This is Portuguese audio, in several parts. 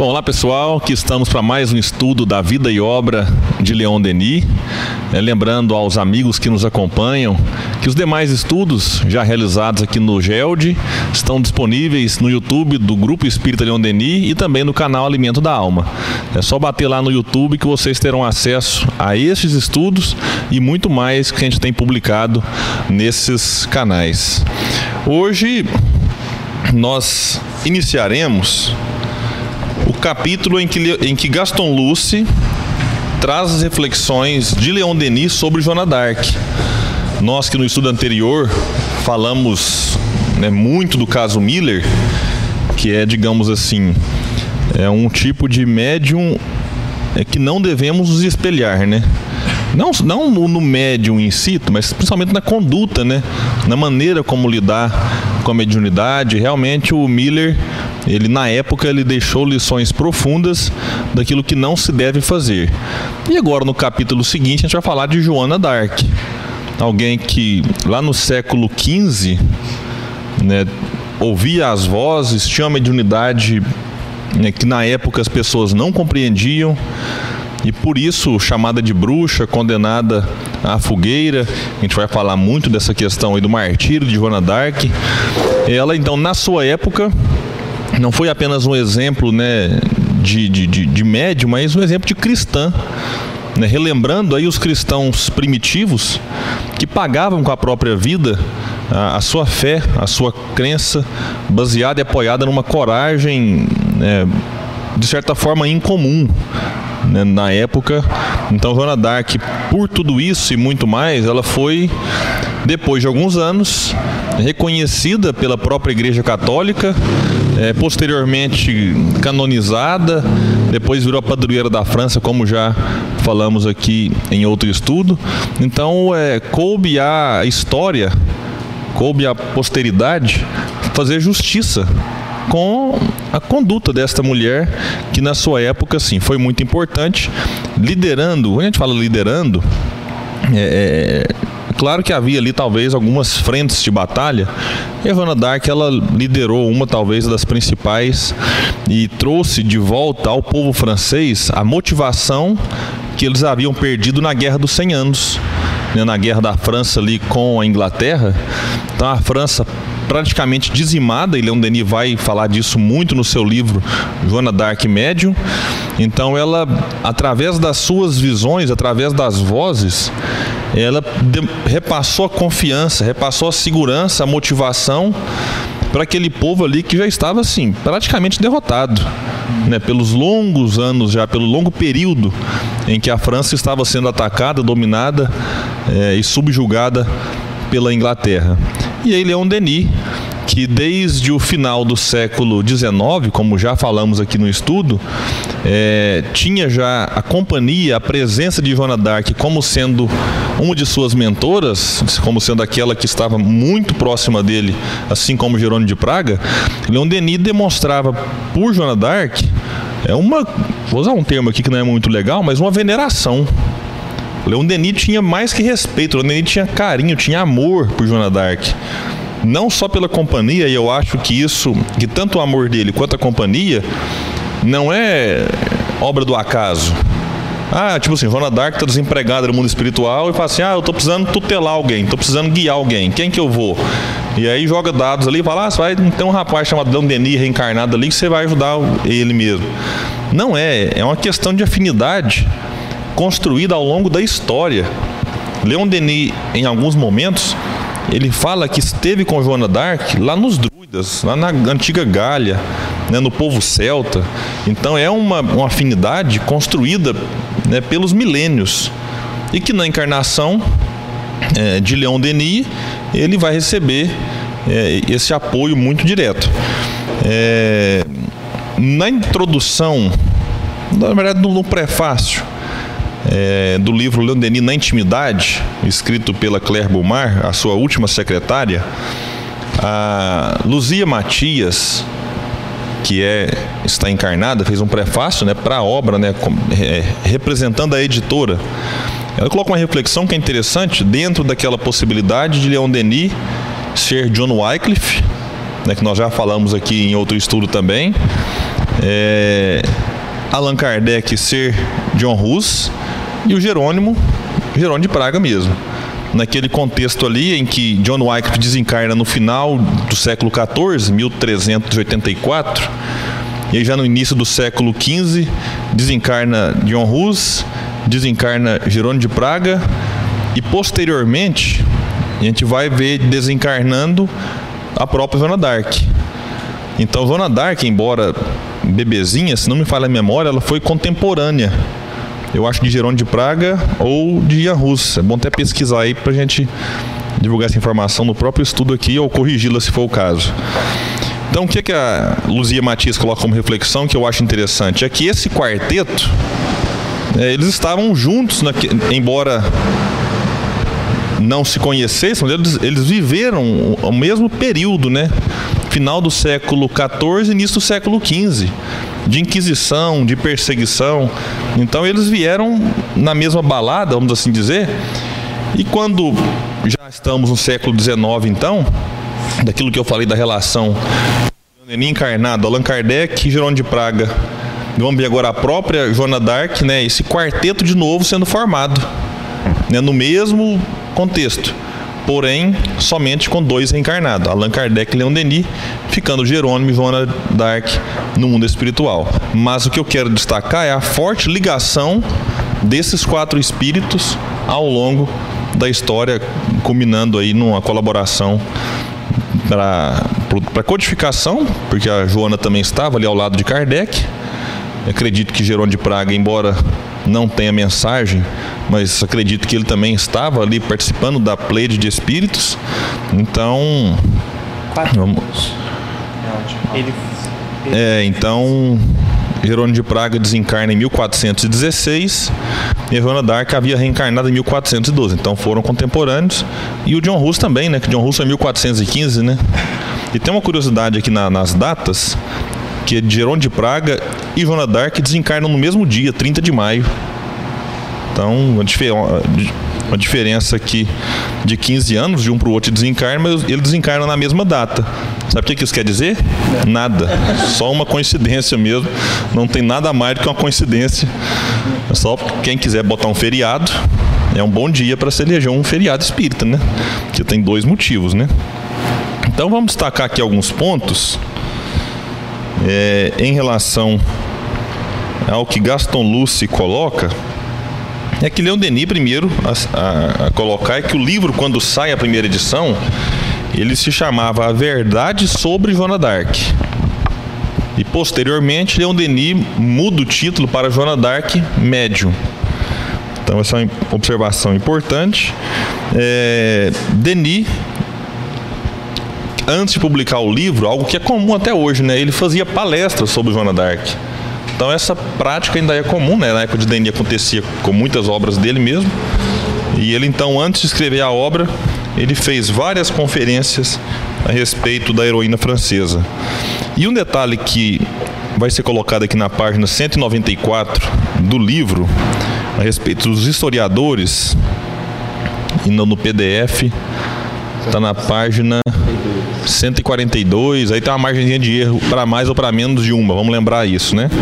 Bom, olá pessoal, aqui estamos para mais um estudo da vida e obra de Leon Denis. Lembrando aos amigos que nos acompanham que os demais estudos já realizados aqui no GELD estão disponíveis no YouTube do Grupo Espírita Leon Denis e também no canal Alimento da Alma. É só bater lá no YouTube que vocês terão acesso a estes estudos e muito mais que a gente tem publicado nesses canais. Hoje nós iniciaremos o capítulo em que Gaston Luce traz as reflexões de Leon Denis sobre Joana d'Arc. Nós que no estudo anterior falamos muito do caso Miller, que é, digamos assim, um tipo de médium que não devemos nos espelhar, Não no médium em si, mas principalmente na conduta, na maneira como lidar com a mediunidade. Realmente o Miller, ele na época ele deixou lições profundas daquilo que não se deve fazer. E agora no capítulo seguinte a gente vai falar de Joana d'Arc, alguém que lá no século XV ouvia as vozes, tinha uma mediunidade que na época as pessoas não compreendiam, e por isso chamada de bruxa, condenada à fogueira. A gente vai falar muito dessa questão aí do martírio de Joana d'Arc. Ela então na sua época não foi apenas um exemplo de médium, mas um exemplo de cristã, relembrando aí os cristãos primitivos que pagavam com a própria vida a sua fé, a sua crença, baseada e apoiada numa coragem de certa forma incomum na época. Então Joana d'Arc, por tudo isso e muito mais, ela foi, depois de alguns anos, reconhecida pela própria Igreja Católica, posteriormente canonizada, depois virou a padroeira da França, como já falamos aqui em outro estudo. Então coube à história, coube à posteridade fazer justiça com a conduta desta mulher, que na sua época sim foi muito importante, liderando. Quando a gente fala liderando, claro que havia ali talvez algumas frentes de batalha, e a Joana d'Arc ela liderou uma talvez das principais e trouxe de volta ao povo francês a motivação que eles haviam perdido na Guerra dos 100 Anos, na guerra da França ali com a Inglaterra. Então a França praticamente dizimada, e Leon Denis vai falar disso muito no seu livro Joana d'Arc Médium. Então ela, através das suas visões, através das vozes, ela repassou a confiança, repassou a segurança, a motivação para aquele povo ali que já estava assim, praticamente derrotado, pelos longos anos, já pelo longo período em que a França estava sendo atacada, dominada e subjugada pela Inglaterra. E aí Leon Denis, que desde o final do século XIX, como já falamos aqui no estudo, tinha já a companhia, a presença de Joana d'Arc como sendo uma de suas mentoras, como sendo aquela que estava muito próxima dele, assim como Jerônimo de Praga. Leon Denis demonstrava por Joana d'Arc vou usar um termo aqui que não é muito legal, mas uma veneração. Leon Denis tinha mais que respeito, Leon Denis tinha carinho, tinha amor por Joana d'Arc. Não só pela companhia, e eu acho que tanto o amor dele quanto a companhia não é obra do acaso. Tipo assim, Joana d'Arc está desempregada no mundo espiritual e fala assim, eu estou precisando tutelar alguém, estou precisando guiar alguém, quem que eu vou? E aí joga dados ali e fala, você vai ter um rapaz chamado Leon Denis reencarnado ali que você vai ajudar ele mesmo. Não é uma questão de afinidade construída ao longo da história. Leon Denis, em alguns momentos, ele fala que esteve com Joana d'Arc lá nos druidas, lá na antiga Gália, no povo celta. Então é uma afinidade construída pelos milênios, e que na encarnação de Leon Denis ele vai receber esse apoio muito direto. Na introdução, na verdade no prefácio do livro Leon Denis na Intimidade, escrito pela Claire Beaumar, a sua última secretária, a Luzia Matias, que está encarnada, fez um prefácio para a obra, representando a editora. Ela coloca uma reflexão que é interessante dentro daquela possibilidade de Leon Denis ser John Wycliffe, que nós já falamos aqui em outro estudo também, Allan Kardec ser John Hus e o Jerônimo de Praga mesmo. Naquele contexto ali em que John Wycliffe desencarna no final do século XIV, 1384, e aí já no início do século XV desencarna John Hus, desencarna Jerônimo de Praga, e posteriormente a gente vai ver desencarnando a própria Joana d'Arc. Então Joana d'Arc, embora bebezinha, se não me falha a memória, ela foi contemporânea, eu acho, de Jerônimo de Praga ou de Jan Hus. É bom até pesquisar aí pra gente divulgar essa informação no próprio estudo aqui ou corrigi-la se for o caso. Então o que a Luzia Matias coloca como reflexão que eu acho interessante é que esse quarteto, eles estavam juntos, embora não se conhecessem, eles viveram o mesmo período, né? Final do século XIV e início do século XV, de inquisição, de perseguição. Então eles vieram na mesma balada, vamos assim dizer. E quando já estamos no século XIX, então, daquilo que eu falei da relação encarnado, Allan Kardec e Jerônimo de Praga, vamos ver agora a própria Joana d'Arc, né? Esse quarteto de novo sendo formado, né? No mesmo contexto, porém somente com dois reencarnados, Allan Kardec e Leon Denis, ficando Jerônimo e Joana d'Arc no mundo espiritual. Mas o que eu quero destacar é a forte ligação desses quatro espíritos ao longo da história, culminando aí numa colaboração para codificação, porque a Joana também estava ali ao lado de Kardec. Eu acredito que Jerônimo de Praga, embora não tenha mensagem, mas acredito que ele também estava ali participando da pleide de espíritos. Então então Jerônimo de Praga desencarna em 1416 e a Joana d'Arc havia reencarnado em 1412, então foram contemporâneos. E o John Hus também, né, que John Hus é 1415, né? E tem uma curiosidade aqui nas datas, que Jerônimo de Praga e Joana d'Arc desencarnam no mesmo dia, 30 de maio. Então, uma diferença aqui de 15 anos, de um para o outro desencarna, mas eles desencarnam na mesma data. Sabe o que isso quer dizer? Nada. Só uma coincidência mesmo. Não tem nada mais do que uma coincidência. É só quem quiser botar um feriado, é um bom dia para se eleger um feriado espírita, né? Porque tem dois motivos, né? Então vamos destacar aqui alguns pontos em relação ao que Gaston Luce coloca. É que Leon Denis, primeiro a colocar, é que o livro, quando sai a primeira edição, ele se chamava A Verdade sobre Joana d'Arc. E posteriormente Leon Denis muda o título para Joana d'Arc Médium. Então essa é uma observação importante. Denis, antes de publicar o livro, algo que é comum até hoje, né? Ele fazia palestras sobre Joana d'Arc. Então essa prática ainda é comum, né? Na época de Denis acontecia com muitas obras dele mesmo. E ele então, antes de escrever a obra, ele fez várias conferências a respeito da heroína francesa. E um detalhe que vai ser colocado aqui na página 194 do livro, a respeito dos historiadores, e no PDF, está na página 142, aí tem uma margenzinha de erro para mais ou para menos de uma, vamos lembrar isso, né?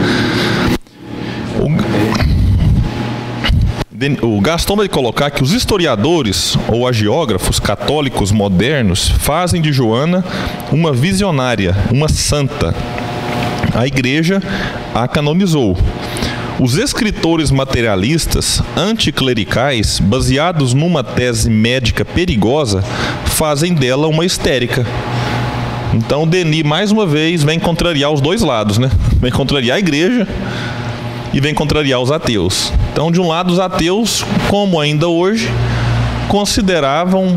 O Gaston vai colocar que os historiadores ou agiógrafos católicos modernos fazem de Joana uma visionária, uma santa. A Igreja a canonizou. Os escritores materialistas anticlericais, baseados numa tese médica perigosa, fazem dela uma histérica. Então Denis, mais uma vez, vem contrariar os dois lados, né? Vem contrariar a Igreja e vem contrariar os ateus. Então, de um lado, os ateus, como ainda hoje, consideram,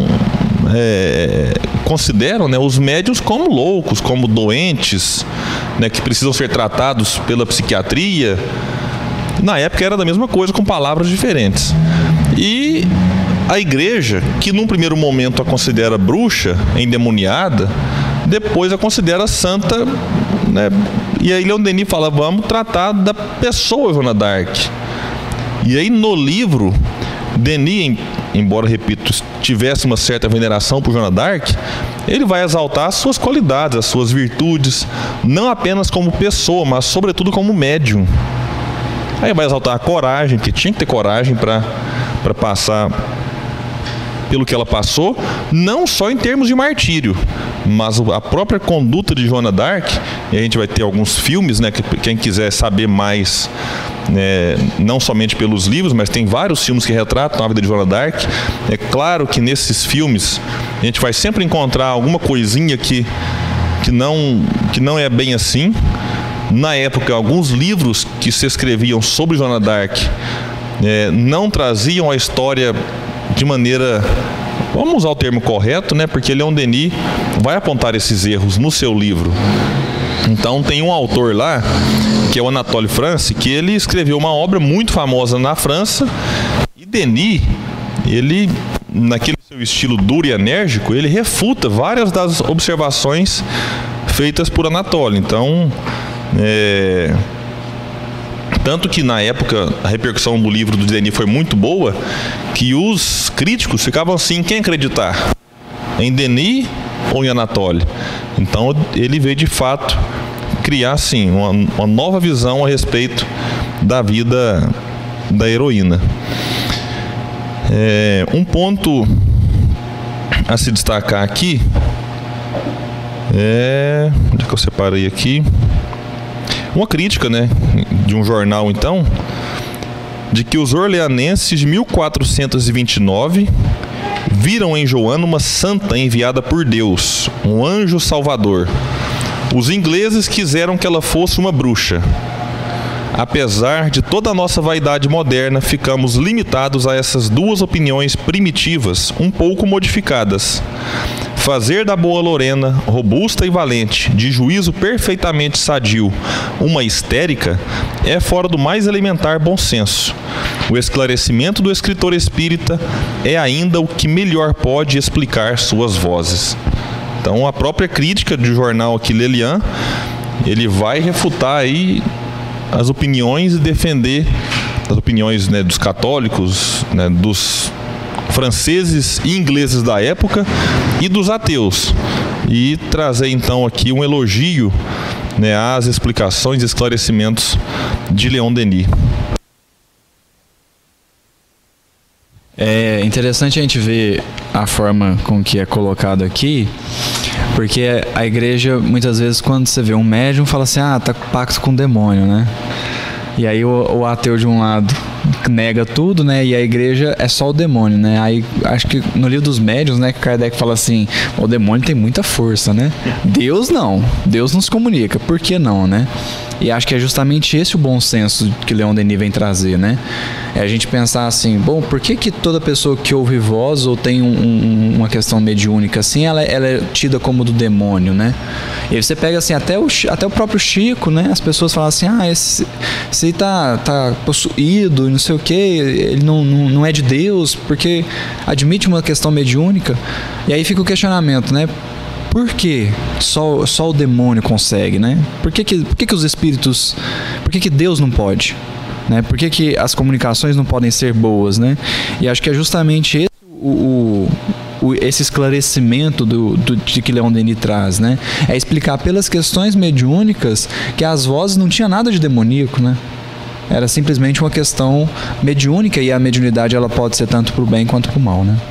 né, os médiuns como loucos, como doentes, né, que precisam ser tratados pela psiquiatria. Na época era da mesma coisa, com palavras diferentes. E a Igreja, que num primeiro momento a considera bruxa, endemoniada, depois a considera santa, né? E aí Leon Denis fala, vamos tratar da pessoa Joana d'Arc. E aí no livro, Denis, embora, repito, tivesse uma certa veneração por Joana d'Arc, ele vai exaltar as suas qualidades, as suas virtudes, não apenas como pessoa, mas sobretudo como médium. Aí vai exaltar a coragem, que tinha que ter coragem para passar pelo que ela passou, não só em termos de martírio, mas a própria conduta de Joana d'Arc. E a gente vai ter alguns filmes, né, que quem quiser saber mais, não somente pelos livros, mas tem vários filmes que retratam a vida de Joana d'Arc. É claro que nesses filmes a gente vai sempre encontrar alguma coisinha que não é bem assim. Na época, alguns livros que se escreviam sobre Joana d'Arc não traziam a história de maneira, vamos usar o termo correto, né? Porque Leon Denis vai apontar esses erros no seu livro. Então tem um autor lá, que é o Anatole France, que ele escreveu uma obra muito famosa na França, e Denis, ele, naquele seu estilo duro e enérgico, ele refuta várias das observações feitas por Anatole. Então, tanto que na época a repercussão do livro do Denis foi muito boa, que os críticos ficavam assim, quem acreditar? Em Denis ou em Anatole? Então ele veio de fato criar assim, uma nova visão a respeito da vida da heroína. Um ponto a se destacar aqui onde é que eu separei aqui? Uma crítica, né, de um jornal, então, de que os orleanenses de 1429 viram em Joana uma santa enviada por Deus, um anjo salvador. Os ingleses quiseram que ela fosse uma bruxa. Apesar de toda a nossa vaidade moderna, ficamos limitados a essas duas opiniões primitivas, um pouco modificadas. Fazer da boa Lorena, robusta e valente, de juízo perfeitamente sadio, uma histérica, é fora do mais elementar bom senso. O esclarecimento do escritor espírita é ainda o que melhor pode explicar suas vozes. Então, a própria crítica do jornal aqui, Lelian, ele vai refutar aí as opiniões e defender as opiniões, né, dos católicos, né, dos franceses e ingleses da época e dos ateus, e trazer então aqui um elogio, né, às explicações e esclarecimentos de Leon Denis. É interessante a gente ver a forma com que é colocado aqui, porque a igreja, muitas vezes, quando você vê um médium, fala assim, tá com pacto com o demônio, né? E aí o ateu de um lado nega tudo, né? E a igreja é só o demônio, né? Aí acho que no livro dos médiuns, né, que Kardec fala assim, o demônio tem muita força, né? Deus não. Deus nos comunica. Por que não, né? E acho que é justamente esse o bom senso que Leon Denis vem trazer, né? É a gente pensar assim, bom, por que toda pessoa que ouve voz ou tem uma questão mediúnica assim, ela é tida como do demônio, né? E aí você pega assim, até o próprio Chico, né? As pessoas falam assim, esse tá possuído, não sei o que, ele não é de Deus, porque admite uma questão mediúnica. E aí fica o questionamento, né? Por que só o demônio consegue, né? Por que os espíritos... Por que Deus não pode? Né? Por que as comunicações não podem ser boas, né? E acho que é justamente esse esse esclarecimento de que Leon Denis traz, né? É explicar pelas questões mediúnicas que as vozes não tinham nada de demoníaco, né? Era simplesmente uma questão mediúnica, e a mediunidade ela pode ser tanto para o bem quanto para o mal, né?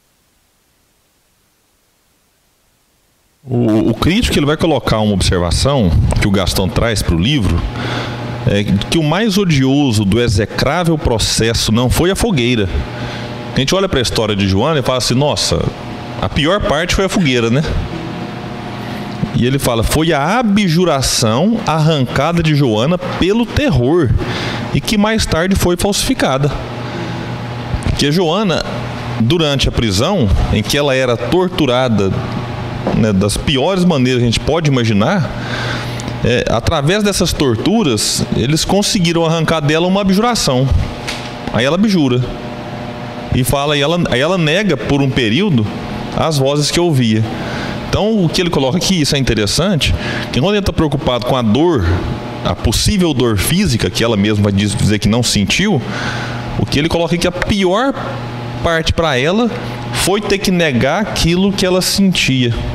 O crítico, ele vai colocar uma observação que o Gaston traz para o livro, que o mais odioso do execrável processo não foi a fogueira. A gente olha para a história de Joana e fala assim, nossa, a pior parte foi a fogueira, né? E ele fala, foi a abjuração arrancada de Joana pelo terror, e que mais tarde foi falsificada. Porque Joana, durante a prisão, em que ela era torturada, né, das piores maneiras que a gente pode imaginar, através dessas torturas, eles conseguiram arrancar dela uma abjuração. Aí ela abjura. E fala, aí ela nega por um período as vozes que ouvia. Então, o que ele coloca aqui, isso é interessante, que quando ele está preocupado com a dor, a possível dor física, que ela mesma vai dizer que não sentiu, o que ele coloca aqui, a pior parte para ela foi ter que negar aquilo que ela sentia.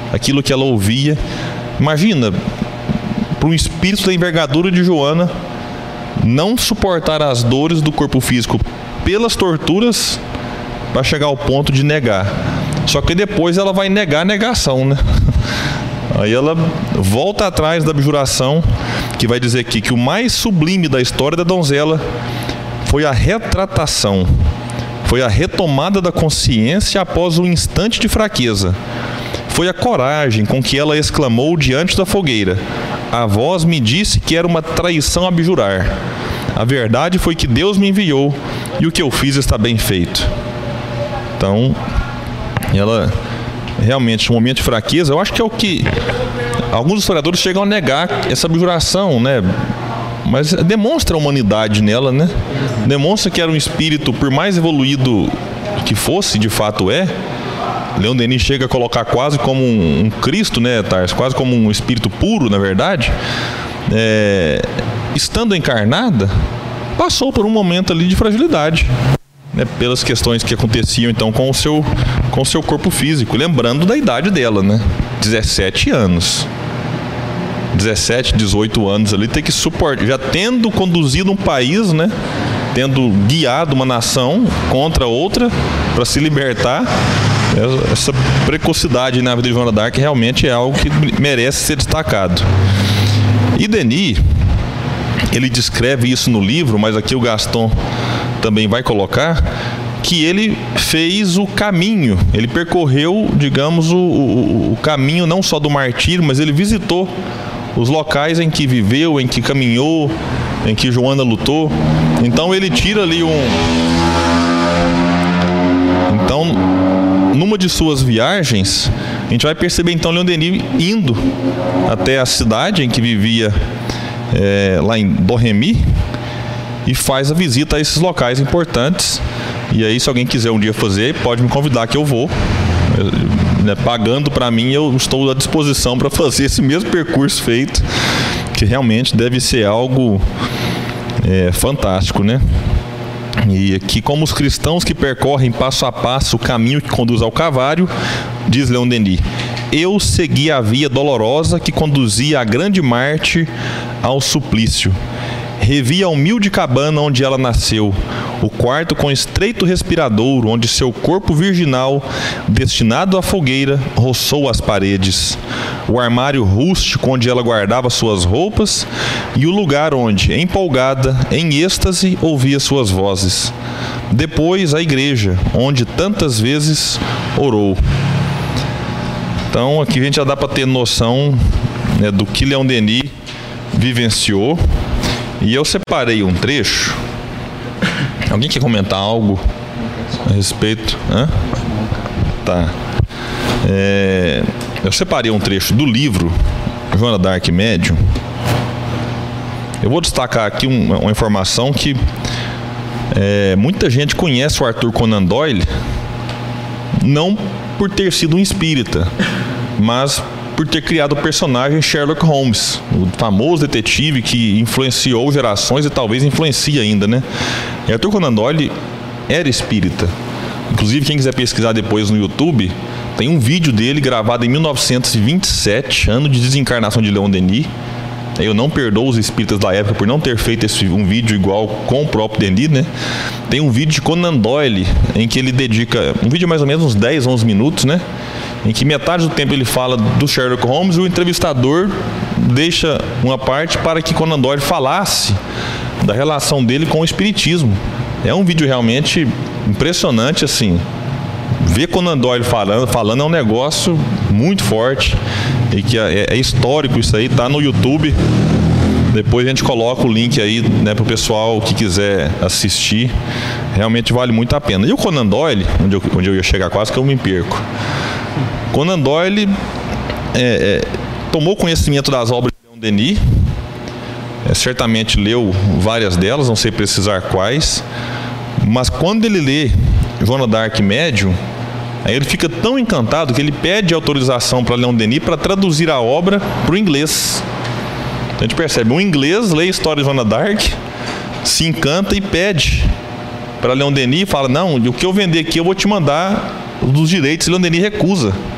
aquilo que ela ouvia. Imagina, para um espírito da envergadura de Joana não suportar as dores do corpo físico pelas torturas para chegar ao ponto de negar. Só que depois ela vai negar a negação, né? Aí ela volta atrás da abjuração, que vai dizer aqui que o mais sublime da história da donzela foi a retratação, foi a retomada da consciência após um instante de fraqueza. Foi a coragem com que ela exclamou diante da fogueira: a voz me disse que era uma traição abjurar. A verdade foi que Deus me enviou e o que eu fiz está bem feito. Então, ela realmente, um momento de fraqueza, eu acho que é o que alguns historiadores chegam a negar, essa abjuração, né? Mas demonstra a humanidade nela, né? Demonstra que era um espírito, por mais evoluído que fosse, de fato é. Leon Denis chega a colocar quase como um Cristo, né, Tarso? Quase como um espírito puro, na verdade. Estando encarnada, passou por um momento ali de fragilidade, né, pelas questões que aconteciam então com o seu corpo físico. Lembrando da idade dela, né? 17 anos. 17, 18 anos ali, ter que suportar, já tendo conduzido um país, né, tendo guiado uma nação contra outra para se libertar. Essa precocidade na vida de Joana d'Arc realmente é algo que merece ser destacado. E Denis, ele descreve isso no livro, mas aqui o Gaston também vai colocar, que ele fez o caminho, ele percorreu, digamos, o caminho não só do martírio, mas ele visitou os locais em que viveu, em que caminhou, em que Joana lutou. Então ele tira ali Então, numa de suas viagens, a gente vai perceber então Leon Denis indo até a cidade em que vivia, lá em Domremy, e faz a visita a esses locais importantes. E aí, se alguém quiser um dia fazer, pode me convidar que eu vou. Pagando para mim, eu estou à disposição para fazer esse mesmo percurso feito, que realmente deve ser algo fantástico, né? E aqui, como os cristãos que percorrem passo a passo o caminho que conduz ao Calvário, diz Leon Denis: eu segui a via dolorosa que conduzia a grande Marte ao suplício. Revi a humilde cabana onde ela nasceu, o quarto com estreito respiradouro, onde seu corpo virginal, destinado à fogueira, roçou as paredes, o armário rústico onde ela guardava suas roupas e o lugar onde, empolgada, em êxtase, ouvia suas vozes. Depois, a igreja, onde tantas vezes orou. Então, aqui a gente já dá para ter noção, né, do que Leon Denis vivenciou. E eu separei um trecho. Alguém quer comentar algo a respeito? Hã? Tá. Eu separei um trecho do livro Joana d'Arc Médium. Eu vou destacar aqui uma informação que muita gente conhece o Arthur Conan Doyle, não por ter sido um espírita, mas por ter criado o personagem Sherlock Holmes, o famoso detetive que influenciou gerações e talvez influencia ainda, né? E Arthur Conan Doyle era espírita. Inclusive, quem quiser pesquisar depois no YouTube, tem um vídeo dele gravado em 1927, ano de desencarnação de Leon Denis. Eu não perdoo os espíritas da época por não ter feito um vídeo igual com o próprio Denis, né? Tem um vídeo de Conan Doyle em que ele dedica, um vídeo mais ou menos uns 10, 11 minutos, né? Em que metade do tempo ele fala do Sherlock Holmes e o entrevistador deixa uma parte para que Conan Doyle falasse da relação dele com o espiritismo. É um vídeo realmente impressionante, assim. Ver Conan Doyle falando é um negócio muito forte e que é histórico. Isso aí tá no YouTube. Depois a gente coloca o link aí, né, para o pessoal que quiser assistir. Realmente vale muito a pena. E o Conan Doyle, onde eu ia chegar, quase que eu me perco. Conan Doyle tomou conhecimento das obras de Leon Denis, certamente leu várias delas, não sei precisar quais, mas quando ele lê Joana d'Arc Médium, aí ele fica tão encantado que ele pede autorização para Leon Denis para traduzir a obra para o inglês. Então a gente percebe, um inglês lê a história de Joana d'Arc, se encanta e pede para Leon Denis, fala: não, o que eu vender aqui eu vou te mandar dos direitos. Leon Denis recusa.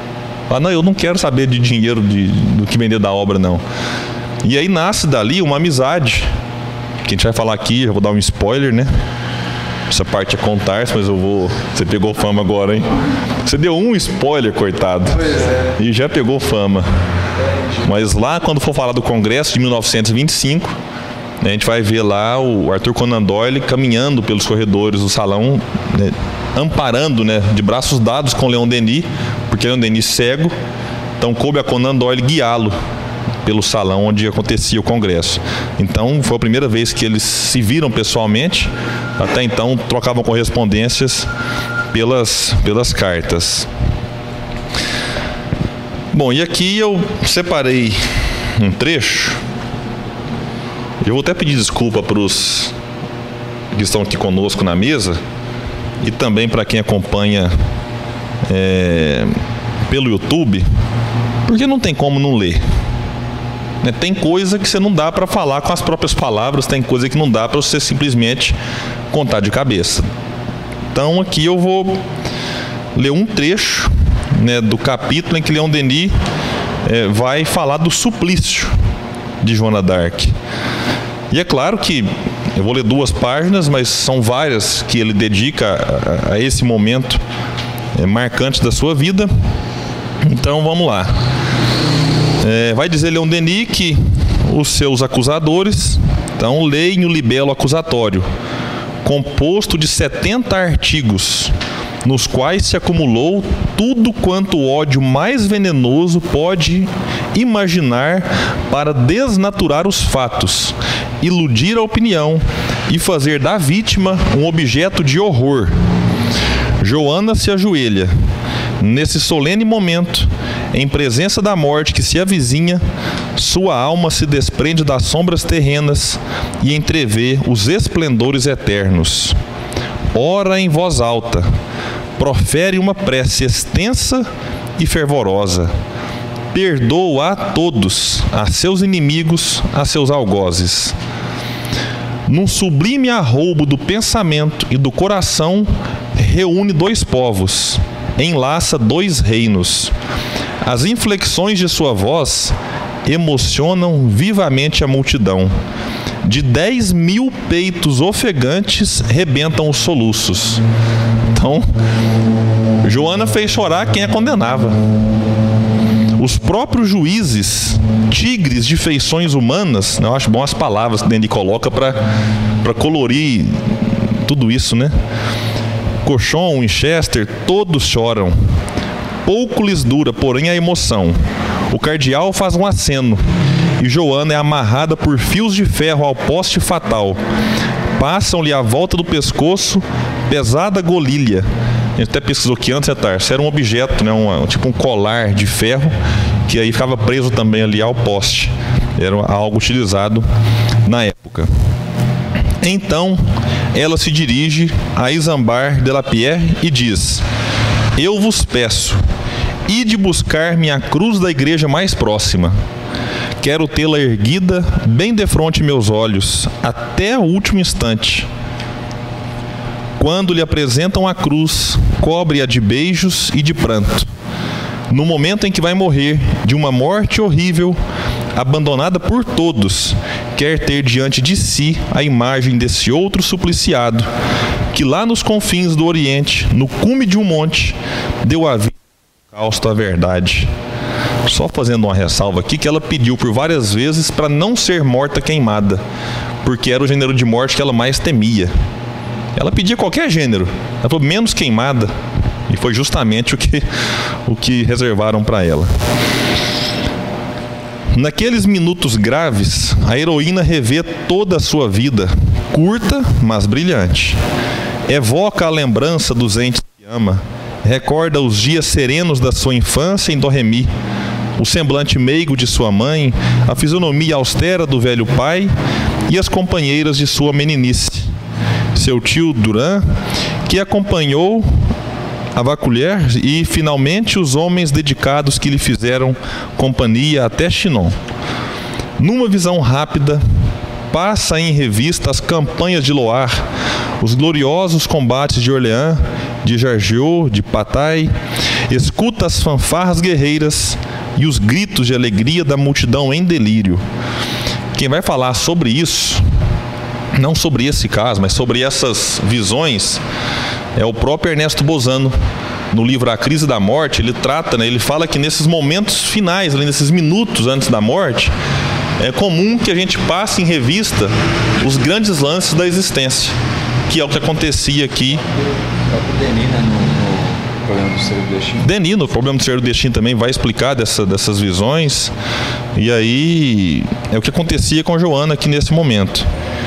Fala, não, eu não quero saber de dinheiro do que vender da obra, não. E aí nasce dali uma amizade, que a gente vai falar aqui, já vou dar um spoiler, né? Essa parte é contar-se, mas eu vou... Você pegou fama agora, hein? Você deu um spoiler, coitado. Pois é. E já pegou fama. Mas lá, quando for falar do Congresso de 1925, né, a gente vai ver lá o Arthur Conan Doyle caminhando pelos corredores do salão, né, amparando, né, de braços dados com Leon Denis, porque Leon Denis cego, então coube a Conan Doyle guiá-lo pelo salão onde acontecia o Congresso. Então foi a primeira vez que eles se viram pessoalmente. Até então trocavam correspondências pelas cartas. Bom, e aqui eu separei um trecho. Eu vou até pedir desculpa para os que estão aqui conosco na mesa e também para quem acompanha pelo YouTube, porque não tem como não ler. Tem coisa que você não dá para falar com as próprias palavras, tem coisa que não dá para você simplesmente contar de cabeça. Então aqui eu vou ler um trecho, né, do capítulo em que Leon Denis vai falar do suplício de Joana d'Arc. E é claro que eu vou ler 2 páginas, mas são várias que ele dedica a esse momento marcante da sua vida. Então vamos lá. Vai dizer Leon Denis que os seus acusadores então leem o libelo acusatório, composto de 70 artigos, nos quais se acumulou tudo quanto o ódio mais venenoso pode imaginar para desnaturar os fatos, iludir a opinião e fazer da vítima um objeto de horror. Joana se ajoelha. Nesse solene momento, em presença da morte que se avizinha, sua alma se desprende das sombras terrenas e entrevê os esplendores eternos. Ora em voz alta, profere uma prece extensa e fervorosa. Perdoa a todos, a seus inimigos, a seus algozes. Num sublime arroubo do pensamento e do coração, reúne 2 povos, enlaça 2 reinos. As inflexões de sua voz emocionam vivamente a multidão. De 10.000 peitos ofegantes rebentam os soluços. Então, Joana fez chorar quem a condenava. Os próprios juízes, tigres de feições humanas, eu acho bom as palavras que Denis coloca para colorir tudo isso, né? Cochon, Winchester, todos choram. Pouco lhes dura, porém, a emoção. O cardeal faz um aceno e Joana é amarrada por fios de ferro ao poste fatal. Passam-lhe à volta do pescoço pesada golilha. A gente até pesquisou que antes, era um objeto, né, tipo um colar de ferro, que aí ficava preso também ali ao poste. Era algo utilizado na época. Então, ela se dirige a Isambard de la Pierre e diz: eu vos peço, ide buscar minha cruz da igreja mais próxima. Quero tê-la erguida bem defronte meus olhos, até o último instante. Quando lhe apresentam a cruz, cobre-a de beijos e de pranto. No momento em que vai morrer, de uma morte horrível, abandonada por todos, quer ter diante de si a imagem desse outro supliciado, que lá nos confins do Oriente, no cume de um monte, deu a vida ao holocausto à verdade. Só fazendo uma ressalva aqui, que ela pediu por várias vezes para não ser morta queimada, porque era o gênero de morte que ela mais temia. Ela pedia qualquer gênero, ela falou menos queimada, e foi justamente o que reservaram para ela. Naqueles minutos graves, a heroína revê toda a sua vida, curta, mas brilhante. Evoca a lembrança dos entes que ama, recorda os dias serenos da sua infância em Domremy, o semblante meigo de sua mãe, a fisionomia austera do velho pai e as companheiras de sua meninice. Seu tio Durand, que acompanhou a Vaucouleurs, e finalmente os homens dedicados que lhe fizeram companhia até Chinon. Numa visão rápida, passa em revista as campanhas de Loire, os gloriosos combates de Orléans, de Jargeau, de Patay, Escuta as fanfarras guerreiras e os gritos de alegria da multidão em delírio. Quem vai falar sobre isso, não sobre esse caso, mas sobre essas visões, é o próprio Ernesto Bozano. No livro A Crise da Morte, ele trata, ele fala que nesses momentos finais, nesses minutos antes da morte, é comum que a gente passe em revista os grandes lances da existência, que é o que acontecia aqui. O Denis, no Problema do Ser e do Destino. Denis, no Problema do Ser e do Destino, também vai explicar dessas visões. E aí, é o que acontecia com Joana aqui nesse momento.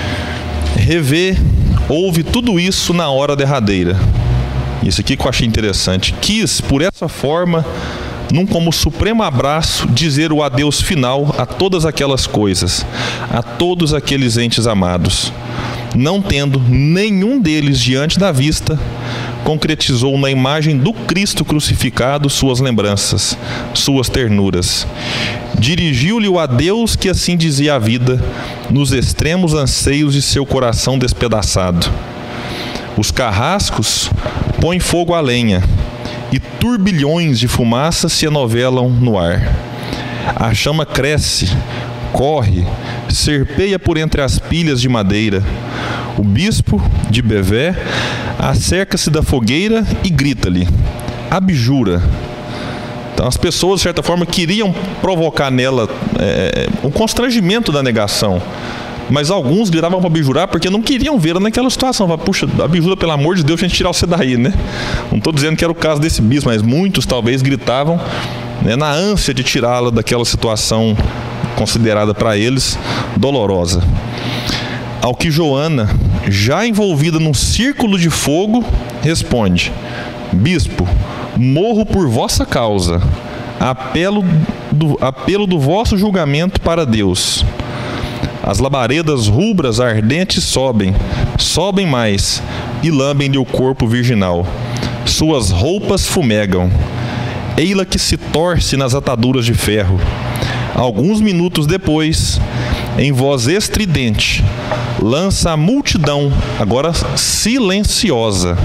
Ouve tudo isso na hora derradeira. Isso aqui que eu achei interessante. Quis, por essa forma, num como supremo abraço, dizer o adeus final a todas aquelas coisas, a todos aqueles entes amados. Não tendo nenhum deles diante da vista, concretizou na imagem do Cristo crucificado suas lembranças, suas ternuras. Dirigiu-lhe o adeus que assim dizia a vida, nos extremos anseios de seu coração despedaçado. Os carrascos põem fogo à lenha, e turbilhões de fumaça se enovelam no ar. A chama cresce, corre, serpeia por entre as pilhas de madeira. O bispo de Beauvais acerca-se da fogueira e grita-lhe: abjura. Então as pessoas, de certa forma, queriam provocar nela um constrangimento da negação. Mas alguns gritavam para abjurar porque não queriam vê-la naquela situação. Falavam, puxa, abjura, pelo amor de Deus, a gente tirar você daí, né? Não estou dizendo que era o caso desse bispo, mas muitos talvez gritavam, na ânsia de tirá-la daquela situação considerada para eles dolorosa. Ao que Joana, já envolvida num círculo de fogo, responde: bispo, morro por vossa causa, apelo do vosso julgamento para Deus. As labaredas rubras ardentes sobem mais, e lambem-lhe o corpo virginal. Suas roupas fumegam. Ei-la que se torce nas ataduras de ferro. Alguns minutos depois, em voz estridente, lança a multidão, agora silenciosa,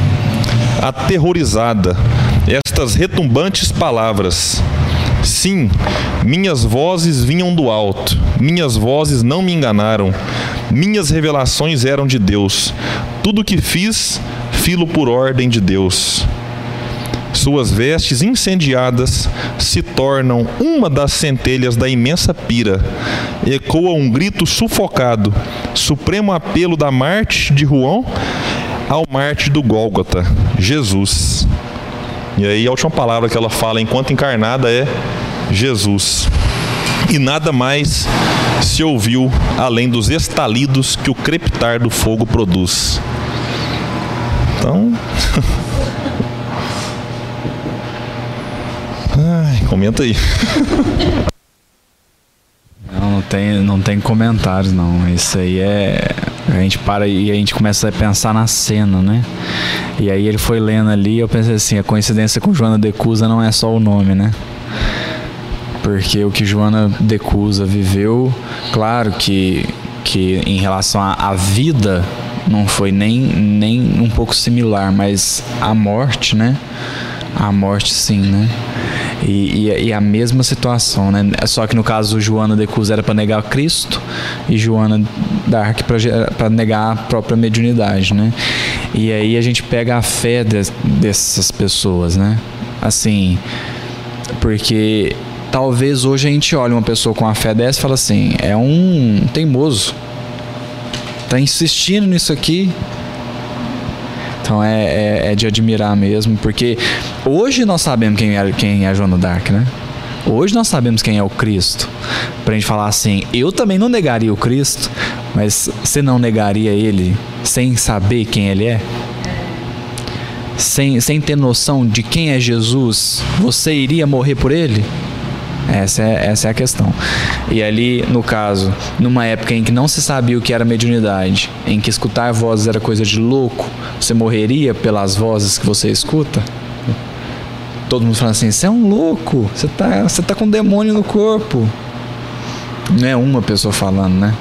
aterrorizada, estas retumbantes palavras: sim, minhas vozes vinham do alto, minhas vozes não me enganaram, minhas revelações eram de Deus, tudo o que fiz, fi-lo por ordem de Deus. Suas vestes incendiadas se tornam uma das centelhas da imensa pira. Ecoa um grito sufocado, supremo apelo da Marte de Rouen ao Marte do Gólgota, Jesus. E aí a última palavra que ela fala enquanto encarnada é Jesus. E nada mais se ouviu além dos estalidos que o crepitar do fogo produz. Então... comenta aí. Não tem comentários, não. Isso aí a gente para e a gente começa a pensar na cena, né? E aí ele foi lendo ali, eu pensei assim, a coincidência com Joana de Cusa não é só o nome, né? Porque o que Joana de Cusa viveu, claro que em relação à vida não foi nem um pouco similar, mas a morte, né? A morte sim, né? E a mesma situação, né? Só que no caso Joana de Cusa era para negar Cristo e Joana d'Arc para negar a própria mediunidade, né? E aí a gente pega a fé dessas pessoas, né? Assim, porque talvez hoje a gente olhe uma pessoa com a fé dessa e fala assim, é um teimoso, tá insistindo nisso aqui. Então é de admirar mesmo, porque hoje nós sabemos quem é a Joana d'Arc, né? Hoje nós sabemos quem é o Cristo. Pra gente falar assim, eu também não negaria o Cristo, mas você não negaria ele sem saber quem ele é? Sem ter noção de quem é Jesus, você iria morrer por ele? Essa é a questão. E ali, no caso, numa época em que não se sabia o que era mediunidade, em que escutar vozes era coisa de louco, você morreria pelas vozes que você escuta? Todo mundo falando assim, você é um louco, você tá com um demônio no corpo. Não é uma pessoa falando, né?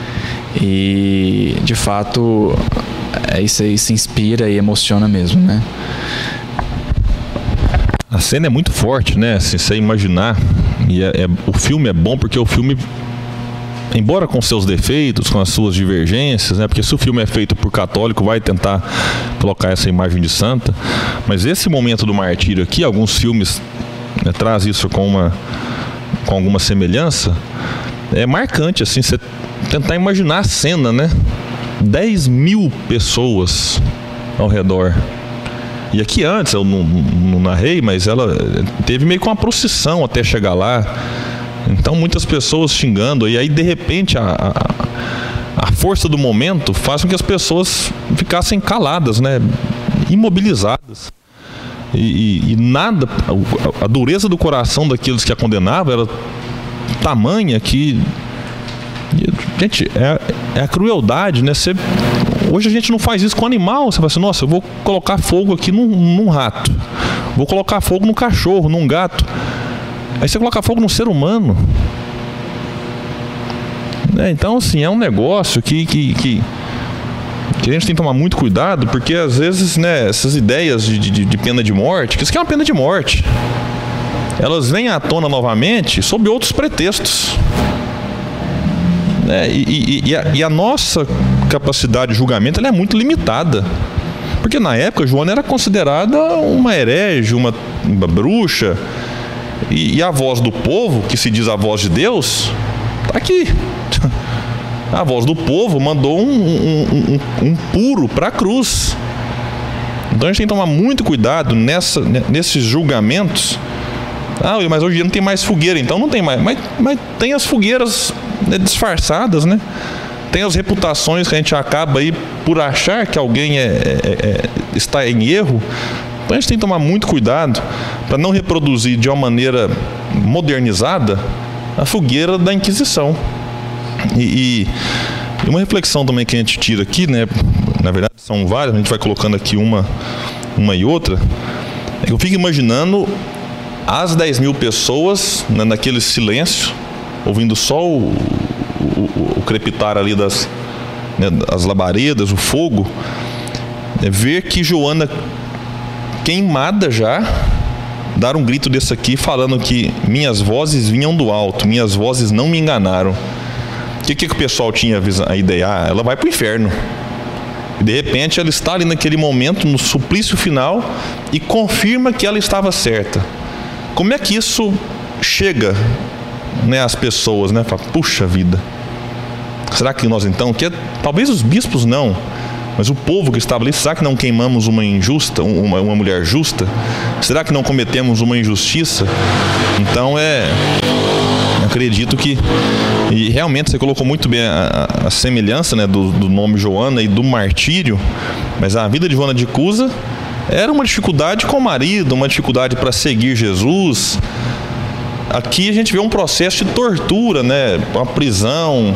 E, de fato, isso aí se inspira e emociona mesmo, né? A cena é muito forte, né? Se você imaginar, e o filme é bom porque o filme, embora com seus defeitos, com as suas divergências, né? Porque se o filme é feito por católico, vai tentar colocar essa imagem de santa, mas esse momento do martírio aqui, alguns filmes, né, traz isso com alguma semelhança. É marcante, assim, você tentar imaginar a cena, né? 10 mil pessoas ao redor. E aqui antes, eu não narrei, mas ela teve meio que uma procissão até chegar lá. Então muitas pessoas xingando. E aí de repente a força do momento faz com que as pessoas ficassem caladas, né? Imobilizadas. E nada, a dureza do coração daqueles que a condenavam era tamanha que... Gente, é a crueldade, né? Hoje a gente não faz isso com animal. Você fala assim, nossa, eu vou colocar fogo aqui num rato, vou colocar fogo num cachorro, num gato. Aí você coloca fogo num ser humano. Então, assim, é um negócio que a gente tem que tomar muito cuidado, porque às vezes, né, essas ideias de pena de morte, que isso aqui é uma pena de morte, elas vêm à tona novamente sob outros pretextos. E a nossa capacidade de julgamento ela é muito limitada, porque na época Joana era considerada uma herege, uma bruxa, e a voz do povo, que se diz a voz de Deus, está aqui. A voz do povo mandou um puro para a cruz. Então a gente tem que tomar muito cuidado nesses julgamentos. Mas hoje em dia não tem mais fogueira, então não tem mais. Mas tem as fogueiras, né, disfarçadas, né? Tem as reputações que a gente acaba aí por achar que alguém está em erro. Então a gente tem que tomar muito cuidado para não reproduzir de uma maneira modernizada a fogueira da Inquisição. E uma reflexão também que a gente tira aqui, né? Na verdade são várias, a gente vai colocando aqui uma e outra. Eu fico imaginando as 10 mil pessoas, né, naquele silêncio, ouvindo só o crepitar ali das labaredas, o fogo, ver que Joana, queimada já, dar um grito desse aqui, falando que minhas vozes vinham do alto, minhas vozes não me enganaram. O que o pessoal tinha a ideia? Ela vai para o inferno. E de repente ela está ali naquele momento, no suplício final, e confirma que ela estava certa. Como é que isso chega, né, às pessoas, né? Fala, puxa vida, será que nós então, talvez os bispos não, mas o povo que estava ali, será que não queimamos uma mulher justa? Será que não cometemos uma injustiça? Então acredito que, e realmente você colocou muito bem a semelhança, né, do nome Joana e do martírio, mas a vida de Joana de Cusa era uma dificuldade com o marido, uma dificuldade para seguir Jesus. Aqui a gente vê um processo de tortura, né? Uma prisão,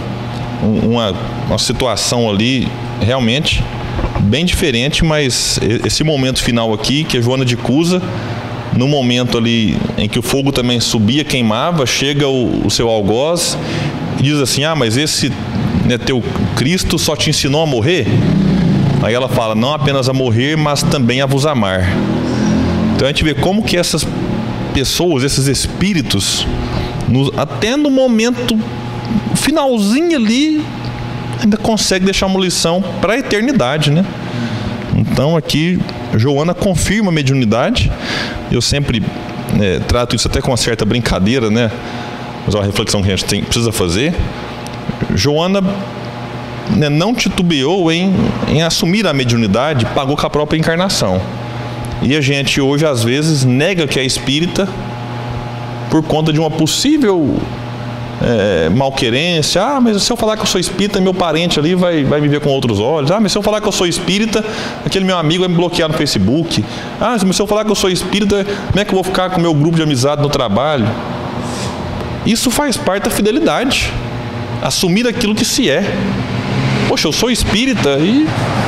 uma situação ali realmente bem diferente, mas esse momento final aqui, que é Joana de Cusa, no momento ali em que o fogo também subia, queimava, chega o seu algoz e diz assim, mas esse, né, teu Cristo só te ensinou a morrer? Aí ela fala, não apenas a morrer, mas também a vos amar. Então a gente vê como que essas pessoas, esses espíritos, até no momento finalzinho ali, ainda consegue deixar uma lição para a eternidade, né? Então aqui Joana confirma a mediunidade. Eu sempre trato isso até com uma certa brincadeira, né? Mas é uma reflexão que a gente precisa fazer. Joana, né, não titubeou em assumir a mediunidade, pagou com a própria encarnação. E a gente hoje às vezes nega que é espírita por conta de uma possível malquerência. Mas se eu falar que eu sou espírita, meu parente ali vai me ver com outros olhos. Mas se eu falar que eu sou espírita, aquele meu amigo vai me bloquear no Facebook. Mas se eu falar que eu sou espírita, como é que eu vou ficar com o meu grupo de amizade no trabalho? Isso faz parte da fidelidade, assumir aquilo que se é. Poxa, eu sou espírita e...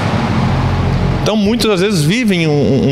Então muitas das vezes vivem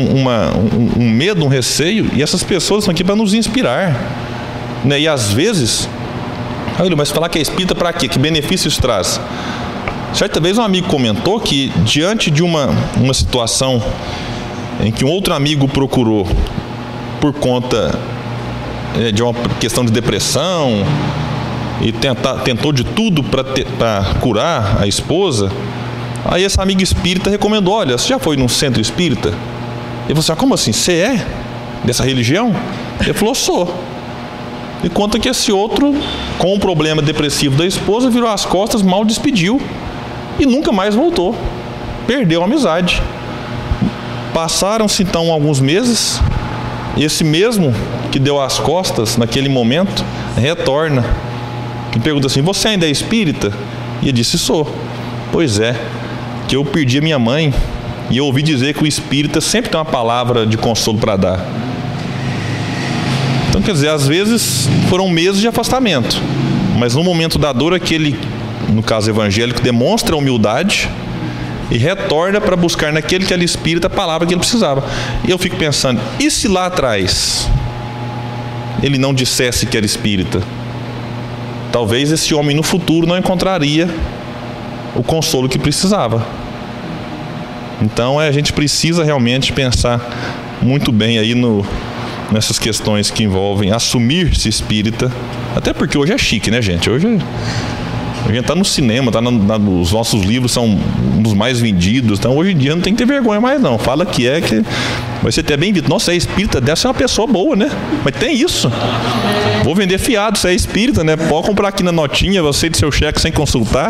um medo, um receio, e essas pessoas estão aqui para nos inspirar, né? E às vezes, mas falar que é espírita para quê? Que benefício isso traz? Certa vez um amigo comentou que diante de uma situação em que um outro amigo procurou por conta de uma questão de depressão e tentou de tudo para curar a esposa. Aí essa amiga espírita recomendou: olha, você já foi num centro espírita? Ele falou assim: como assim? Você é dessa religião? Ele falou: sou. E conta que esse outro, com o problema depressivo da esposa, virou as costas, mal despediu e nunca mais voltou. Perdeu a amizade. Passaram-se então alguns meses. Esse mesmo que deu as costas naquele momento retorna e pergunta assim: você ainda é espírita? E ele disse: sou. Pois é, que eu perdi a minha mãe e eu ouvi dizer que o espírita sempre tem uma palavra de consolo para dar. Então, quer dizer, às vezes foram meses de afastamento, mas no momento da dor, aquele, no caso evangélico, demonstra humildade e retorna para buscar naquele que era espírita a palavra que ele precisava. E eu fico pensando: e se lá atrás ele não dissesse que era espírita? Talvez esse homem no futuro não encontraria o consolo que precisava. Então a gente precisa realmente pensar muito bem aí nessas questões que envolvem assumir-se espírita. Até porque hoje é chique, né, gente? Hoje a gente está no cinema, os nossos livros são um dos mais vendidos. Então hoje em dia não tem que ter vergonha mais não. Fala que vai ser até bem visto. Nossa, é espírita, deve ser uma pessoa boa, né? Mas tem isso. Vou vender fiado, você é espírita, né? Pode comprar aqui na notinha, você de seu cheque sem consultar.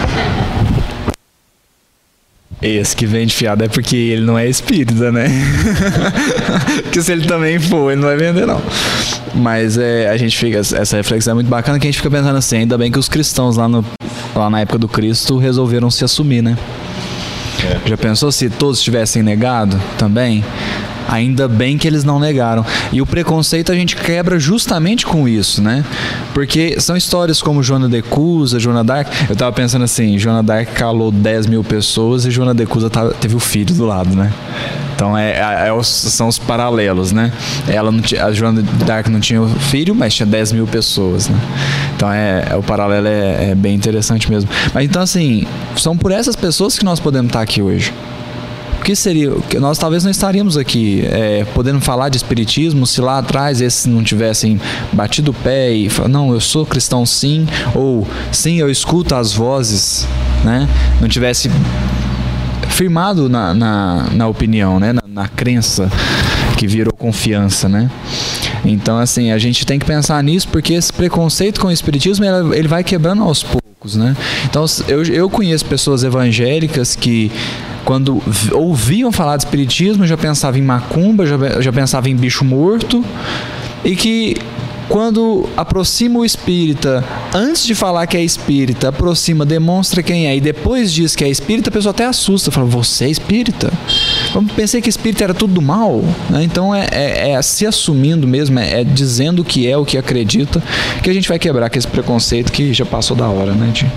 Esse que vende fiado é porque ele não é espírita, né? Porque se ele também for, ele não vai vender, não. Mas a gente fica, essa reflexão é muito bacana, que a gente fica pensando assim: ainda bem que os cristãos lá na época do Cristo resolveram se assumir, né? Já pensou se todos tivessem negado também? Ainda bem que eles não negaram. E o preconceito a gente quebra justamente com isso, né? Porque são histórias como Joana de Cusa, Joana d'Arc. Eu tava pensando assim: Joana d'Arc calou 10 mil pessoas e Joana de Cusa teve o filho do lado, né? Então são os paralelos, né? A Joana d'Arc não tinha filho, mas tinha 10 mil pessoas, né? Então o paralelo é bem interessante mesmo. Mas então assim, são por essas pessoas que nós podemos estar aqui hoje. O que seria? Nós talvez não estaríamos aqui podendo falar de espiritismo se lá atrás esses não tivessem batido o pé e falado: não, eu sou cristão sim, ou sim, eu escuto as vozes, né? Não tivesse firmado na opinião, né? Na crença que virou confiança, né? Então assim, a gente tem que pensar nisso, porque esse preconceito com o espiritismo ele vai quebrando aos poucos, né? Então eu conheço pessoas evangélicas que, quando ouviam falar de espiritismo, já pensavam em macumba, já pensavam em bicho morto, e que quando aproxima o espírita, antes de falar que é espírita, demonstra quem é, e depois diz que é espírita, a pessoa até assusta, fala: você é espírita? Eu pensei que espírita era tudo do mal, né? Então é se assumindo mesmo, é dizendo o que é, o que acredita, que a gente vai quebrar com esse preconceito que já passou da hora, né, Tim?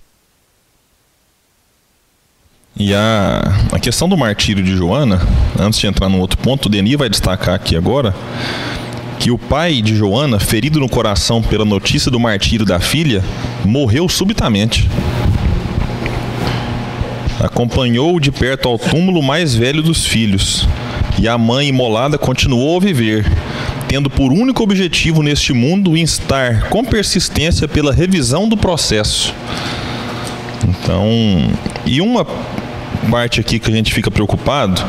E a questão do martírio de Joana, antes de entrar num outro ponto, o Denis vai destacar aqui agora que o pai de Joana, ferido no coração pela notícia do martírio da filha, morreu subitamente. Acompanhou de perto ao túmulo mais velho dos filhos, e a mãe imolada continuou a viver, tendo por único objetivo neste mundo instar com persistência pela revisão do processo. Então, e uma parte aqui que a gente fica preocupado,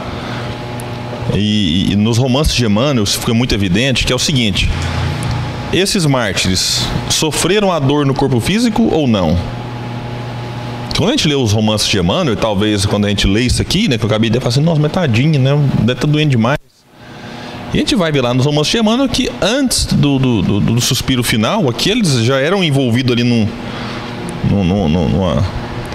e nos romances de Emmanuel fica muito evidente, que é o seguinte: esses mártires sofreram a dor no corpo físico ou não? Quando a gente lê os romances de Emmanuel, talvez quando a gente lê isso aqui, né, que eu acabei de falar assim: nossa, mas tadinho, né, deve estar doendo demais. E a gente vai ver lá nos romances de Emmanuel que antes do suspiro final, aqui eles já eram envolvidos ali numa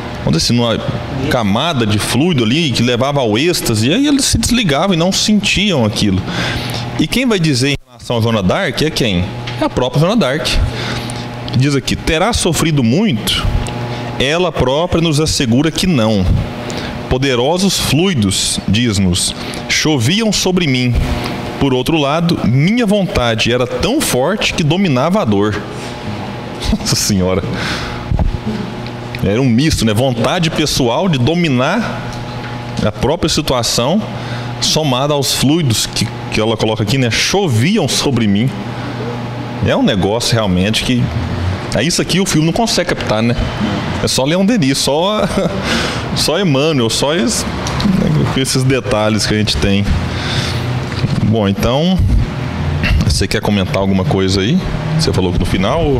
camada de fluido ali que levava ao êxtase, e aí eles se desligavam e não sentiam aquilo. E quem vai dizer em relação a Joana d'Arc é quem? É a própria Joana d'Arc. Diz aqui: terá sofrido muito? Ela própria nos assegura que não. Poderosos fluidos, diz-nos, choviam sobre mim. Por outro lado, minha vontade era tão forte que dominava a dor. Nossa Senhora! Era um misto, né? Vontade pessoal de dominar a própria situação, somado aos fluidos que ela coloca aqui, né? Choviam sobre mim. É um negócio realmente que... isso aqui o filme não consegue captar, né? É só Leon Denis, só Emmanuel, só esses detalhes que a gente tem. Bom, então... Você quer comentar alguma coisa aí? Você falou que no final...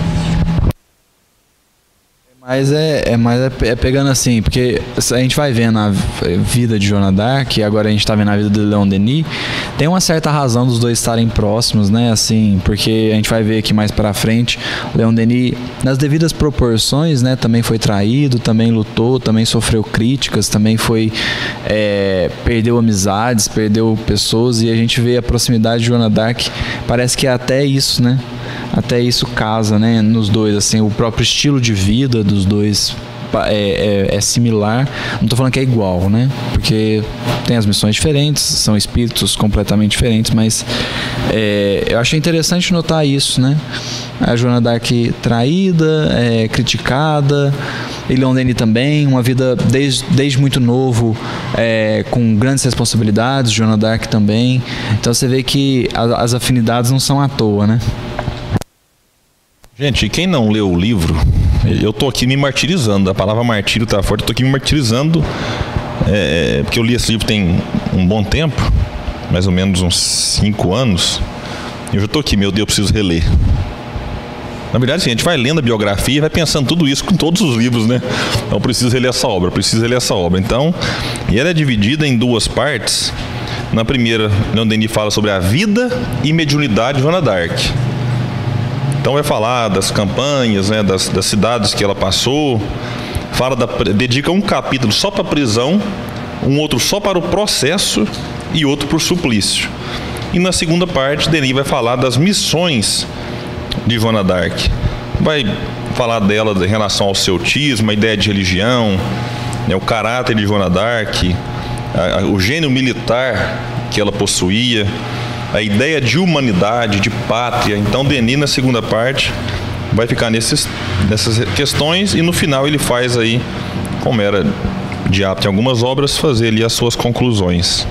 Mas é pegando assim, porque a gente vai vendo a vida de Joana d'Arc, e agora a gente tá vendo a vida de Leon Denis, tem uma certa razão dos dois estarem próximos, né, assim, porque a gente vai ver aqui mais pra frente, Leon Denis, nas devidas proporções, né, também foi traído, também lutou, também sofreu críticas, também perdeu amizades, perdeu pessoas, e a gente vê a proximidade de Joana d'Arc, parece que é até isso, né? Até isso casa, né, nos dois, assim, o próprio estilo de vida dos dois é similar. Não tô falando que é igual, né, porque tem as missões diferentes, são espíritos completamente diferentes, mas eu achei interessante notar isso, né, a Joana d'Arc traída, criticada, e Leon Denis também, uma vida desde muito novo, com grandes responsabilidades, Joana d'Arc também, então você vê que as afinidades não são à toa, né. Gente, quem não leu o livro, eu tô aqui me martirizando, a palavra martírio tá forte, eu tô aqui me martirizando, porque eu li esse livro tem um bom tempo, mais ou menos uns 5 anos, e eu já tô aqui, meu Deus, eu preciso reler. Na verdade, assim, a gente vai lendo a biografia e vai pensando tudo isso com todos os livros, né? Então, eu preciso reler essa obra, Então, e ela é dividida em 2 partes. Na primeira, Leon Denis fala sobre a vida e mediunidade de Joana d'Arc. Então vai falar das campanhas, né, das cidades que ela passou, dedica um capítulo só para a prisão, um outro só para o processo e outro para o suplício. E na segunda parte, Denis vai falar das missões de Joana d'Arc. Vai falar dela em relação ao celtismo, a ideia de religião, né, o caráter de Joana d'Arc, o gênio militar que ela possuía, a ideia de humanidade, de pátria. Então Denis, na segunda parte, vai ficar nessas questões, e no final ele faz aí, como era de hábito em algumas obras, fazer ali as suas conclusões.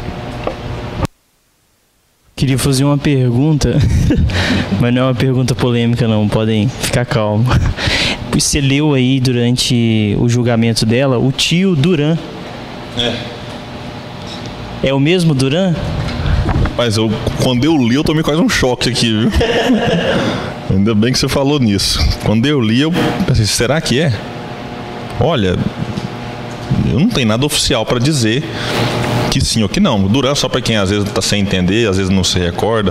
Queria fazer uma pergunta, mas não é uma pergunta polêmica não, podem ficar calmos. Você leu aí durante o julgamento dela o tio Duran. É o mesmo Duran? Mas quando eu li, eu tomei quase um choque aqui, viu? Ainda bem que você falou nisso. Quando eu li, eu pensei, será que é? Olha, eu não tenho nada oficial para dizer que sim ou que não. Duran, só para quem às vezes está sem entender, às vezes não se recorda,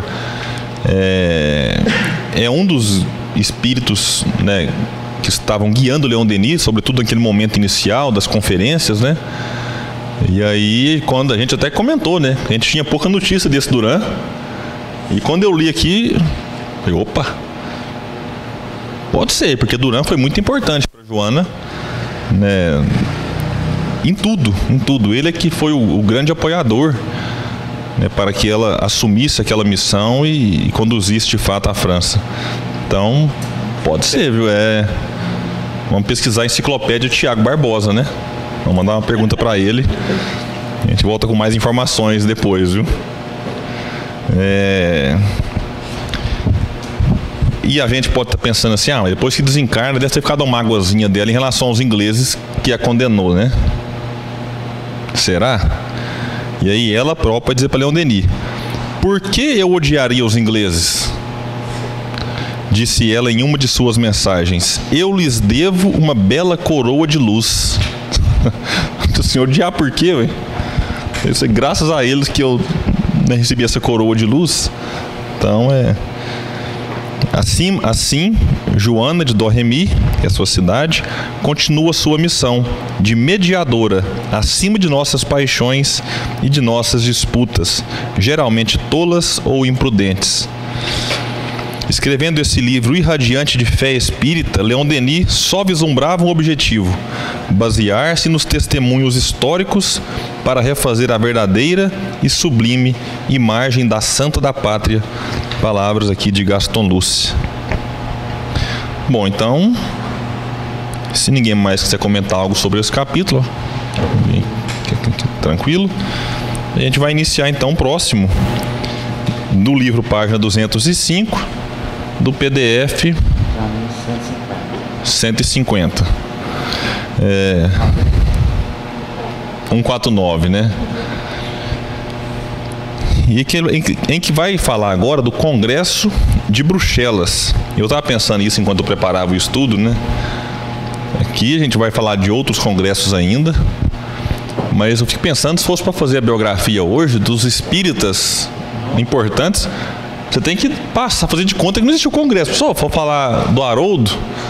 é um dos espíritos, né, que estavam guiando Leon Denis, sobretudo naquele momento inicial das conferências, né? E aí, quando a gente até comentou, né? A gente tinha pouca notícia desse Duran. E quando eu li aqui, eu, opa, pode ser, porque Duran foi muito importante para Joana, né? Em tudo. Ele é que foi o grande apoiador, né, para que ela assumisse aquela missão e conduzisse de fato a França. Então, pode ser, viu? Vamos pesquisar a enciclopédia de Tiago Barbosa, né? Vamos mandar uma pergunta para ele. A gente volta com mais informações depois, viu? E a gente pode estar pensando assim, depois que desencarna, deve ter ficado uma mágoazinha dela em relação aos ingleses que a condenou, né? Será? E aí ela própria vai dizer para Leon Denis: por que eu odiaria os ingleses? Disse ela em uma de suas mensagens: eu lhes devo uma bela coroa de luz. Assim, odiar por quê, velho? Isso é graças a eles que eu, né, recebi essa coroa de luz. Então assim, Joana de Domremy, que é a sua cidade, continua sua missão de mediadora acima de nossas paixões e de nossas disputas, geralmente tolas ou imprudentes. Escrevendo esse livro irradiante de fé espírita, Leon Denis só vislumbrava um objetivo: basear-se nos testemunhos históricos para refazer a verdadeira e sublime imagem da Santa da Pátria. Palavras aqui de Gaston Luce. Bom, então, se ninguém mais quiser comentar algo sobre esse capítulo, tranquilo. A gente vai iniciar então próximo do livro, página 205, do PDF 150. 149, né? E em que vai falar agora do Congresso de Bruxelas. Eu estava pensando nisso enquanto eu preparava o estudo, né? Aqui a gente vai falar de outros congressos ainda, mas eu fico pensando, se fosse para fazer a biografia hoje dos espíritas importantes, você tem que fazer de conta que não existiu congresso. Pessoal, for falar do Haroldo,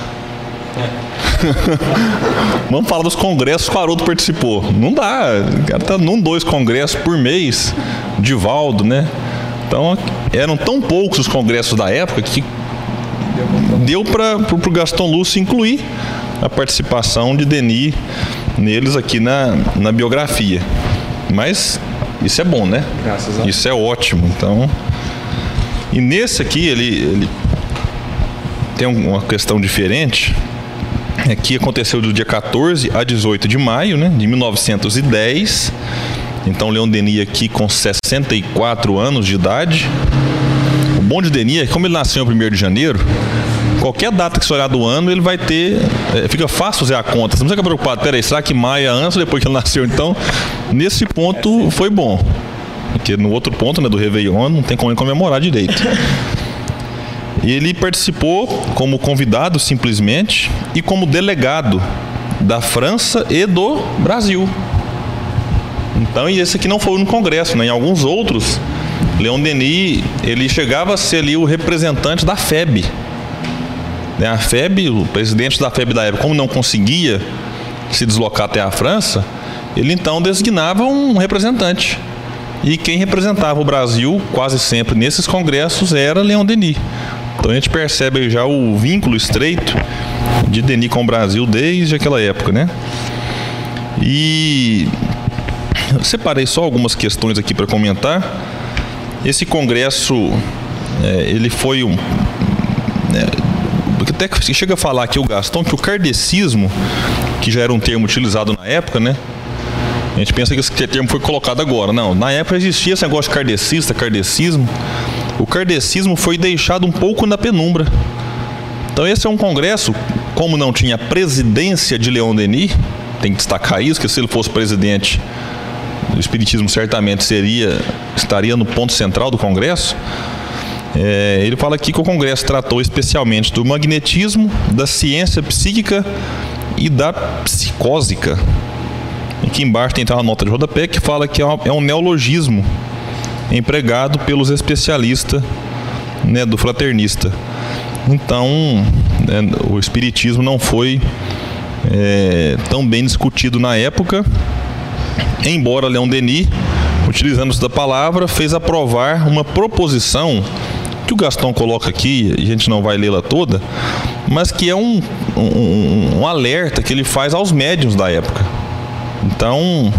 vamos falar dos congressos que o Haroldo participou. Não dá, o cara tá num 2 congressos por mês, Divaldo, né? Então, eram tão poucos os congressos da época que deu para o Gaston Lúcio incluir a participação de Denis neles aqui na biografia. Mas isso é bom, né? Graças a Deus. Isso é ótimo. Então, e nesse aqui ele tem uma questão diferente. Aqui aconteceu do dia 14 a 18 de maio, né, de 1910. Então, Leon Denis aqui com 64 anos de idade. O bom de Denis é que, como ele nasceu em 1º de janeiro, qualquer data que você olhar do ano, ele vai ter... fica fácil fazer a conta. Você não fica preocupado, peraí, será que maio é antes ou depois que ele nasceu? Então, nesse ponto foi bom. Porque no outro ponto, né, do Réveillon, não tem como ele comemorar direito. E ele participou como convidado, simplesmente, e como delegado da França e do Brasil. Então, e esse aqui não foi no Congresso, né? Em alguns outros, Leon Denis, ele chegava a ser ali o representante da FEB. A FEB, o presidente da FEB da época, como não conseguia se deslocar até a França, ele então designava um representante. E quem representava o Brasil quase sempre nesses congressos era Leon Denis. Então a gente percebe aí já o vínculo estreito de Denis com o Brasil desde aquela época, né? E eu separei só algumas questões aqui para comentar. Esse congresso, ele foi até que chega a falar aqui o Gaston que o kardecismo, que já era um termo utilizado na época, né? A gente pensa que esse termo foi colocado agora. Não, na época existia esse negócio de kardecismo. O kardecismo foi deixado um pouco na penumbra. Então esse é um congresso, como não tinha presidência de Leon Denis, tem que destacar isso, que se ele fosse presidente, o espiritismo certamente estaria no ponto central do congresso. Ele fala aqui que o congresso tratou especialmente do magnetismo, da ciência psíquica e da psicósica. Aqui embaixo tem uma nota de rodapé que fala que é um neologismo empregado pelos especialistas, né, do fraternista. Então, o espiritismo não foi tão bem discutido na época, embora Leon Denis, utilizando-se da palavra, fez aprovar uma proposição que o Gaston coloca aqui, a gente não vai lê-la toda, mas que é um alerta que ele faz aos médiuns da época. Então,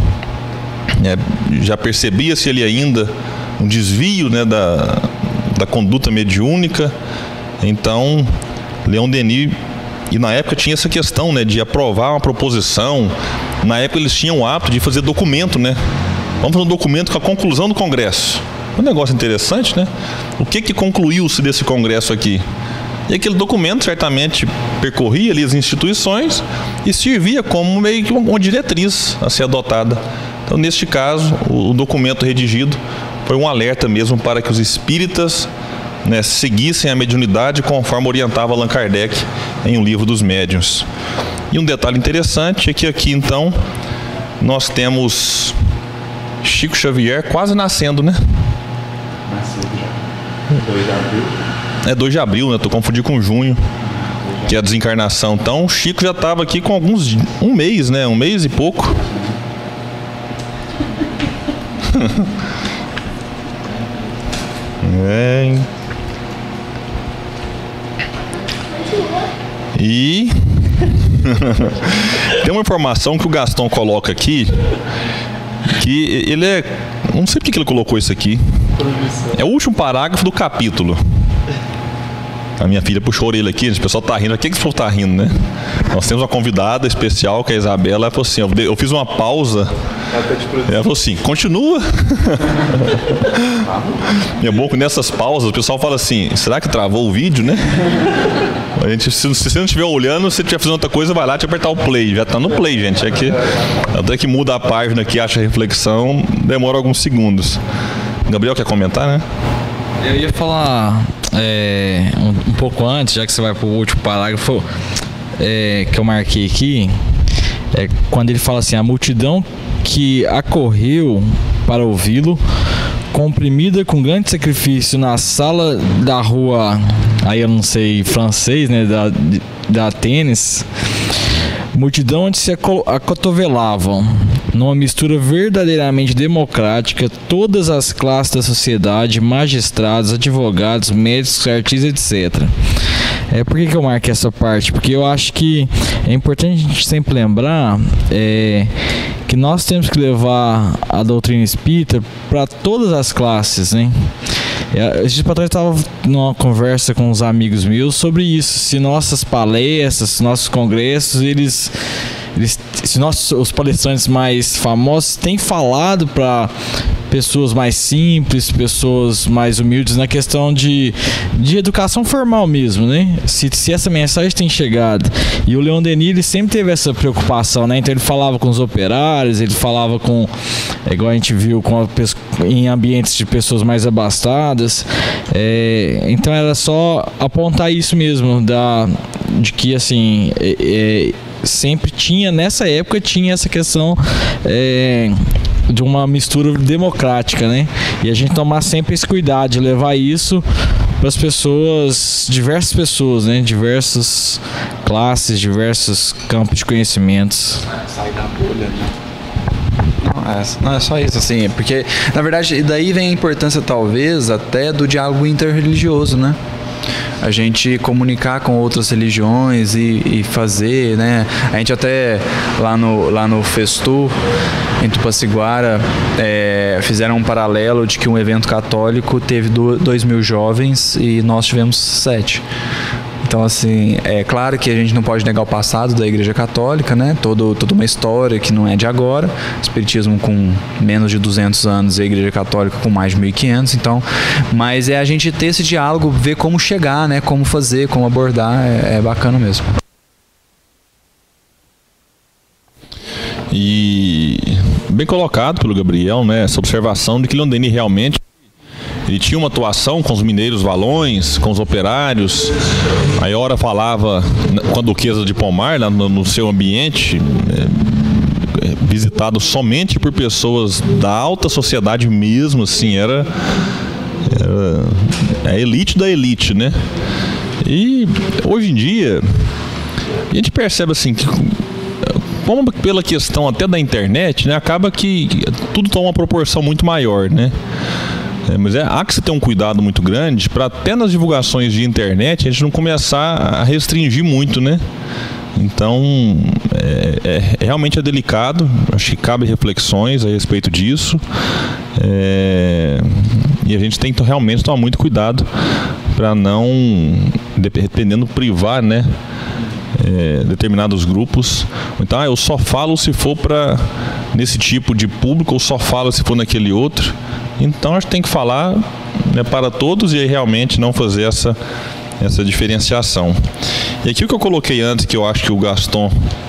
já percebia-se ali ainda um desvio, né, da conduta mediúnica. Então, Leon Denis, e na época tinha essa questão, né, de aprovar uma proposição. Na época eles tinham o hábito de fazer documento, né? Vamos fazer um documento com a conclusão do congresso. Um negócio interessante, né? O que concluiu-se desse congresso aqui? E aquele documento certamente percorria ali as instituições e servia como meio que uma diretriz a ser adotada. Então, neste caso, o documento redigido foi um alerta mesmo para que os espíritas, né, seguissem a mediunidade conforme orientava Allan Kardec em O Livro dos Médiuns. E um detalhe interessante é que aqui, então, nós temos Chico Xavier quase nascendo, né? Nasceu já. 2 de abril. 2 de abril, né? Tô confundindo com junho, que é a desencarnação. Então, o Chico já estava aqui com um mês, né? 1 mês e pouco. E tem uma informação que o Gaston coloca aqui, que ele não sei porque que ele colocou isso aqui. É o último parágrafo do capítulo. A minha filha puxou a orelha aqui, o pessoal tá rindo. O que esse povo tá rindo, né? Nós temos uma convidada especial, que é a Isabela. Ela falou assim, eu fiz uma pausa Ela falou assim, continua. É bom que nessas pausas o pessoal fala assim, será que travou o vídeo, né? A gente, se você não estiver olhando, se você estiver fazendo outra coisa, vai lá te apertar o play. Já tá no play, gente. É que até que muda a página aqui, acha a reflexão, demora alguns segundos. Gabriel quer comentar, né? Eu ia falar um pouco antes, já que você vai pro último parágrafo que eu marquei aqui, quando ele fala assim, a multidão que acorreu para ouvi-lo, comprimida com grande sacrifício na sala da rua, aí eu não sei francês, né, da Atenas, multidão onde se acotovelavam, numa mistura verdadeiramente democrática, todas as classes da sociedade, magistrados, advogados, médicos, artistas, etc. Por que eu marquei essa parte? Porque eu acho que é importante a gente sempre lembrar que nós temos que levar a doutrina espírita para todas as classes, né? Esse dia para trás eu estava numa conversa com uns amigos meus sobre isso, se nossas palestras, nossos congressos, se os palestrantes mais famosos têm falado para pessoas mais simples, pessoas mais humildes na questão de educação formal mesmo, né? Se essa mensagem tem chegado. E o Leon Denis, ele sempre teve essa preocupação, né? Então ele falava com os operários, ele falava com, igual a gente viu, em ambientes de pessoas mais abastadas. Então era só apontar isso mesmo, de que assim, sempre tinha, nessa época tinha essa questão de uma mistura democrática, né? E a gente tomar sempre esse cuidado de levar isso para as pessoas, diversas pessoas, né? Diversas classes, diversos campos de conhecimentos. Sair da bolha, né? Não é só isso, assim, porque na verdade daí vem a importância talvez até do diálogo interreligioso, né? A gente comunicar com outras religiões e fazer, né? A gente até lá no Festu, em Tupaciguara, fizeram um paralelo de que um evento católico teve 2.000 jovens e nós tivemos 7. Então, assim, é claro que a gente não pode negar o passado da Igreja Católica, né? Toda uma história que não é de agora. O Espiritismo com menos de 200 anos e a Igreja Católica com mais de 1.500. Então, mas a gente ter esse diálogo, ver como chegar, né? Como fazer, como abordar, é bacana mesmo. E bem colocado pelo Gabriel, né? Essa observação de que Leon Denis realmente ele tinha uma atuação com os mineiros valões, com os operários. Aí hora falava com a Duquesa de Pomar, no seu ambiente, visitado somente por pessoas da alta sociedade mesmo, assim, era a elite da elite, né? E hoje em dia a gente percebe assim que, como pela questão até da internet, né, acaba que tudo toma uma proporção muito maior, né? Mas há que se ter um cuidado muito grande para até nas divulgações de internet a gente não começar a restringir muito, né? Então realmente é delicado. Acho que cabe reflexões a respeito disso, e a gente tem que realmente tomar muito cuidado para não, dependendo, privar, né, determinados grupos. Então eu só falo se for para nesse tipo de público, ou só falo se for naquele outro. Então a gente tem que falar, né, para todos, e aí realmente não fazer essa diferenciação. E aqui o que eu coloquei antes, que eu acho que o Gaston,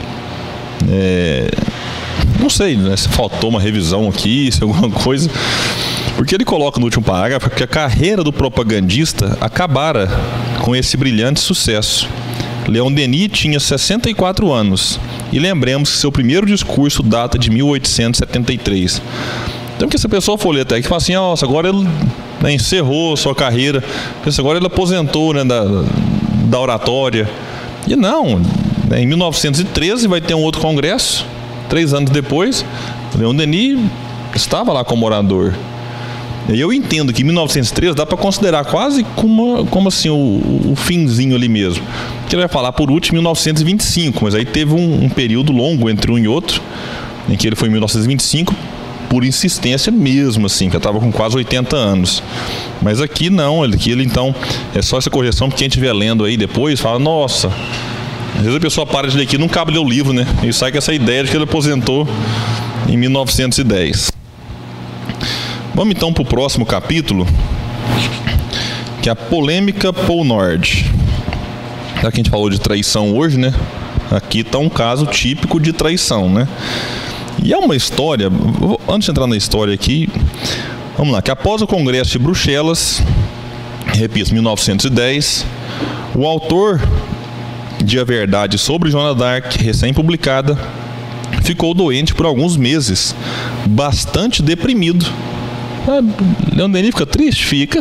não sei, né, se faltou uma revisão aqui, se alguma coisa, porque ele coloca no último parágrafo que a carreira do propagandista acabara com esse brilhante sucesso. Leon Denis tinha 64 anos e lembremos que seu primeiro discurso data de 1873. Então, que essa pessoa for ler até aqui e fala assim, nossa, agora ele, né, encerrou sua carreira, agora ele aposentou, né, da oratória. E não, né, em 1913 vai ter um outro congresso, 3 anos depois, Leon Denis estava lá como orador. E eu entendo que em 1913 dá para considerar quase como assim o finzinho ali mesmo. Que ele vai falar por último em 1925, mas aí teve um período longo entre um e outro, em que ele foi em 1925, por insistência mesmo, assim, que eu estava com quase 80 anos. Mas aqui não, aqui ele então, é só essa correção, porque quem estiver lendo aí depois fala, nossa, às vezes a pessoa para de ler aqui, não cabe ler o livro, né? E sai com essa ideia de que ele aposentou em 1910. Vamos então para o próximo capítulo, que é a polêmica Polo Norte. Já que a gente falou de traição hoje, né? Aqui está um caso típico de traição, né? E é uma história, antes de entrar na história aqui, vamos lá, que após o Congresso de Bruxelas, repito, 1910, o autor de A Verdade sobre Joana d'Arc, recém-publicada, ficou doente por alguns meses, bastante deprimido. Leon Denis fica triste? Fica.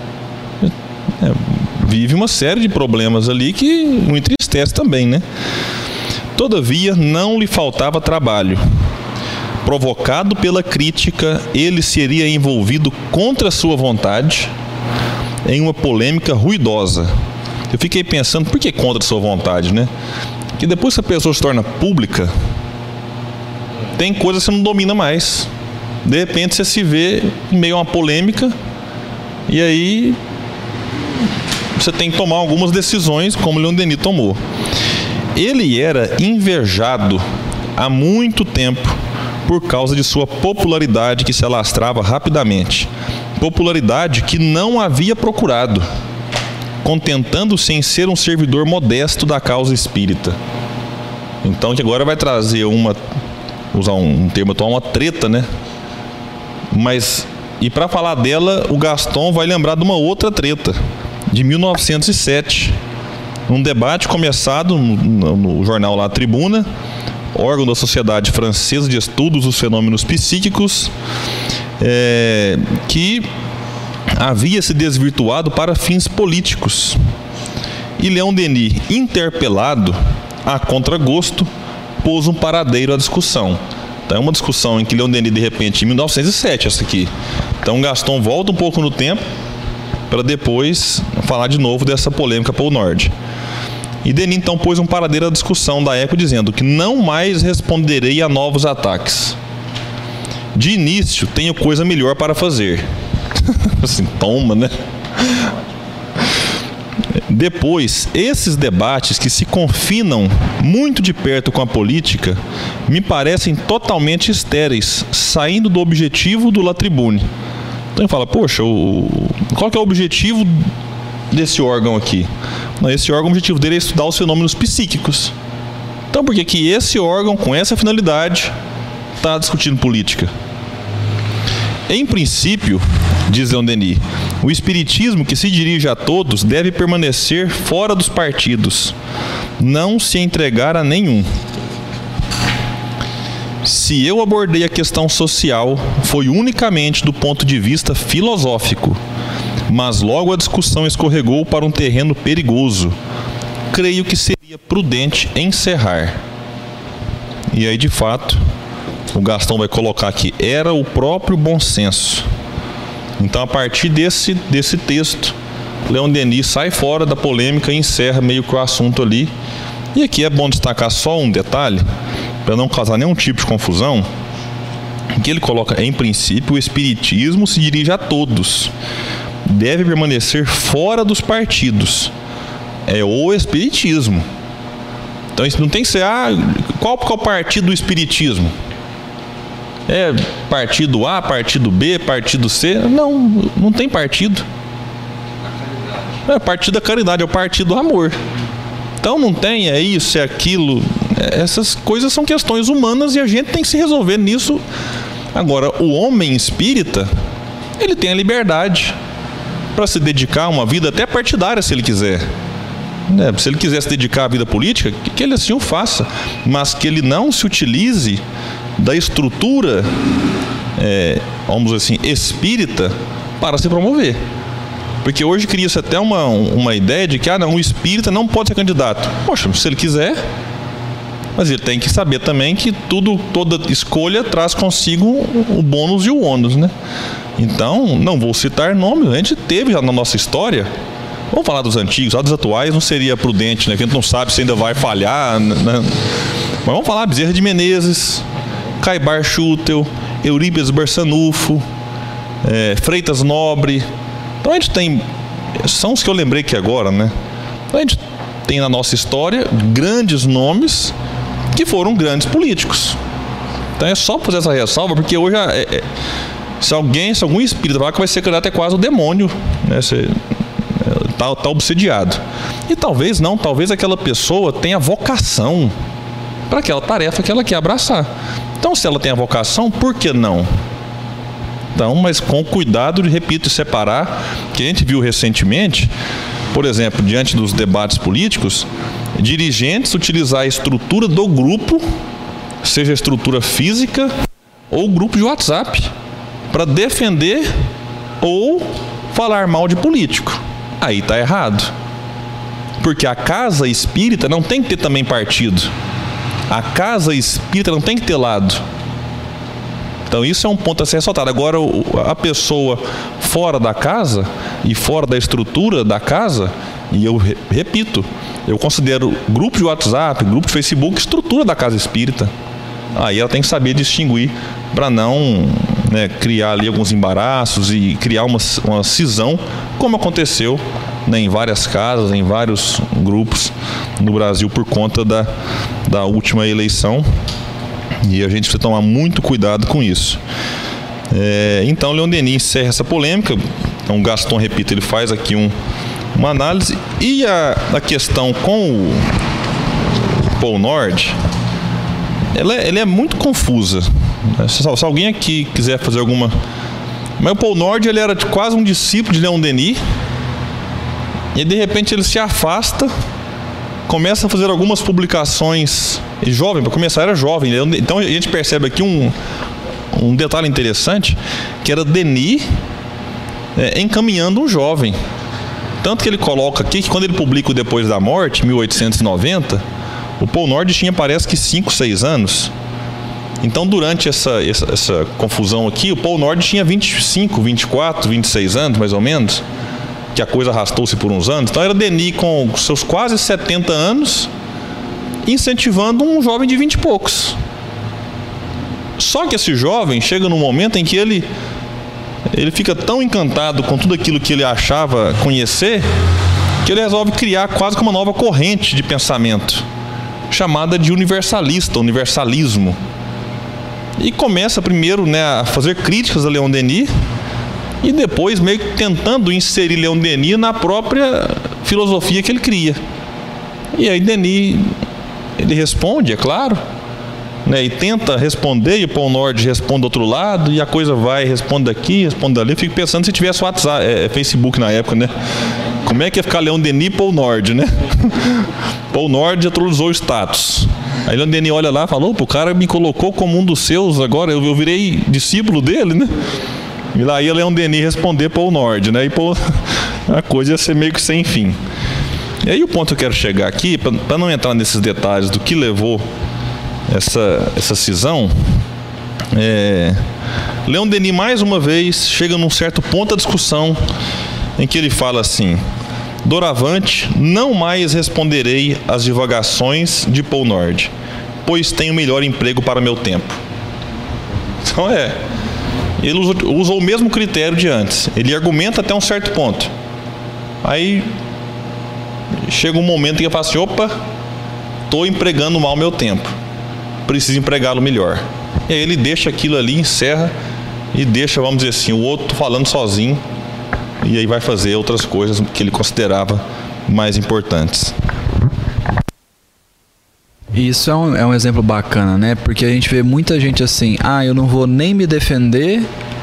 Vive uma série de problemas ali que o entristece também, né? Todavia, não lhe faltava trabalho. Provocado pela crítica, ele seria envolvido contra sua vontade em uma polêmica ruidosa. Eu fiquei pensando, por que contra sua vontade, né? Porque depois que a pessoa se torna pública, tem coisas que você não domina mais. De repente você se vê em meio a uma polêmica e aí você tem que tomar algumas decisões, como Leon Denis tomou. Ele era invejado há muito tempo por causa de sua popularidade que se alastrava rapidamente. Popularidade que não havia procurado, contentando-se em ser um servidor modesto da causa espírita. Então, que agora vai trazer usar um termo atual, uma treta, né? Mas, e para falar dela, o Gaston vai lembrar de uma outra treta, de 1907, um debate começado no jornal lá Tribuna, órgão da Sociedade Francesa de Estudos dos Fenômenos Psíquicos, que havia se desvirtuado para fins políticos. E Leon Denis, interpelado a contragosto, pôs um paradeiro à discussão. Então é uma discussão em que Leon Denis, de repente, em 1907, essa aqui. Então Gaston volta um pouco no tempo para depois falar de novo dessa polêmica Polo Norte. E Denis então pôs um paradeiro à discussão da época, dizendo que não mais responderei a novos ataques. De início, tenho coisa melhor para fazer. Assim, toma, né? Depois, esses debates que se confinam muito de perto com a política me parecem totalmente estéreis, saindo do objetivo do La Tribune. Então ele fala, poxa, qual que é o objetivo desse órgão aqui? Esse órgão, o objetivo dele é estudar os fenômenos psíquicos. Então por que esse órgão, com essa finalidade, está discutindo política? Em princípio, diz Leon Denis, o espiritismo que se dirige a todos deve permanecer fora dos partidos, não se entregar a nenhum. Se eu abordei a questão social, foi unicamente do ponto de vista filosófico, mas logo a discussão escorregou para um terreno perigoso. Creio que seria prudente encerrar. E aí, de fato, o Gaston vai colocar aqui, era o próprio bom senso. Então, a partir desse texto, Leon Denis sai fora da polêmica e encerra meio que o assunto ali. E aqui é bom destacar só um detalhe, para não causar nenhum tipo de confusão, que ele coloca, em princípio, o espiritismo se dirige a todos. Deve permanecer fora dos partidos. É o espiritismo. Então isso não tem que ser, qual que é o partido do espiritismo? É partido A, partido B, partido C? Não tem partido. É partido da caridade, é o partido do amor. Então não tem, é isso, é aquilo. Essas coisas são questões humanas e a gente tem que se resolver nisso. Agora, o homem espírita, ele tem a liberdade para se dedicar a uma vida até partidária, se ele quiser. Se ele quiser se dedicar à vida política, que ele assim o faça, mas que ele não se utilize da estrutura, vamos dizer assim, espírita para se promover. Porque hoje cria-se até uma ideia de que o espírita não pode ser candidato. Poxa, se ele quiser, mas ele tem que saber também que toda escolha traz consigo o bônus e o ônus, né? Então, não vou citar nomes, a gente teve já na nossa história. Vamos falar dos antigos, dos atuais não seria prudente, né? Que a gente não sabe se ainda vai falhar, né? Mas vamos falar Bezerra de Menezes, Caibar Schutel, Eurípides Barçanufo, Freitas Nobre. Então a gente tem, são os que eu lembrei aqui agora, né? Então a gente tem na nossa história grandes nomes que foram grandes políticos. Então é só fazer essa ressalva, porque hoje se algum espírito falar que vai ser candidato, é quase o demônio, né? Você tá obsediado. E talvez aquela pessoa tenha vocação para aquela tarefa que ela quer abraçar. Então, se ela tem a vocação, por que não? Então, mas com cuidado, repito, de separar, que a gente viu recentemente, por exemplo, diante dos debates políticos, dirigentes utilizar a estrutura do grupo, seja a estrutura física ou grupo de WhatsApp, para defender ou falar mal de político. Aí está errado. Porque a casa espírita não tem que ter também partido. A casa espírita não tem que ter lado. Então isso é um ponto a ser ressaltado. Agora, a pessoa fora da casa e fora da estrutura da casa, e eu repito, eu considero grupo de WhatsApp, grupo de Facebook, estrutura da casa espírita. Aí ela tem que saber distinguir para não, né, criar ali alguns embaraços e criar uma cisão, como aconteceu, né, em várias casas, em vários grupos no Brasil por conta da última eleição. E a gente precisa tomar muito cuidado com isso. Então, Leon Denis encerra essa polêmica. Então, Gaston, repito, ele faz aqui uma análise. E a questão com o Polo Norte, ela é muito confusa. Se alguém aqui quiser fazer alguma... Mas o Polo Norte, ele era quase um discípulo de Leon Denis. E de repente ele se afasta, começa a fazer algumas publicações. E jovem, para começar, era jovem. Então a gente percebe aqui um detalhe interessante, que era Denis encaminhando um jovem. Tanto que ele coloca aqui que quando ele publica o Depois da Morte, 1890, o Polo Norte tinha, parece que 5, 6 anos. Então, durante essa confusão aqui, o Polo Norte tinha 25, 24, 26 anos, mais ou menos, que a coisa arrastou-se por uns anos. Então, era Denis com seus quase 70 anos, incentivando um jovem de 20 e poucos. Só que esse jovem chega num momento em que ele fica tão encantado com tudo aquilo que ele achava conhecer, que ele resolve criar quase que uma nova corrente de pensamento, chamada de universalismo. E começa primeiro, né, a fazer críticas a Leon Denis, e depois meio que tentando inserir Leon Denis na própria filosofia que ele cria. E aí Denis, ele responde, é claro, né, e tenta responder, e o Polo Norte responde do outro lado, e a coisa vai, responde aqui, responde ali. Eu fico pensando se tivesse WhatsApp, Facebook na época, né? Como é que ia ficar Leon Denis e Polo Norte, né? Polo Norte atualizou o status. Aí Leon Denis olha lá e falou, o cara me colocou como um dos seus, agora eu virei discípulo dele, né? E lá ia Leon Denis responder Polo Norte, né? E a coisa ia ser meio que sem fim. E aí o ponto que eu quero chegar aqui, para não entrar nesses detalhes do que levou essa cisão, Leon Denis mais uma vez chega num certo ponto da discussão em que ele fala assim: doravante não mais responderei às divagações de Polo Norte, pois tenho melhor emprego para meu tempo. Então ele usa o mesmo critério de antes. Ele argumenta até um certo ponto. Aí chega um momento em que ele fala assim: opa, estou empregando mal meu tempo, preciso empregá-lo melhor. E aí ele deixa aquilo ali, encerra e deixa, vamos dizer assim, o outro falando sozinho, e aí vai fazer outras coisas que ele considerava mais importantes. Isso é um exemplo bacana, né? Porque a gente vê muita gente assim: eu não vou nem me defender,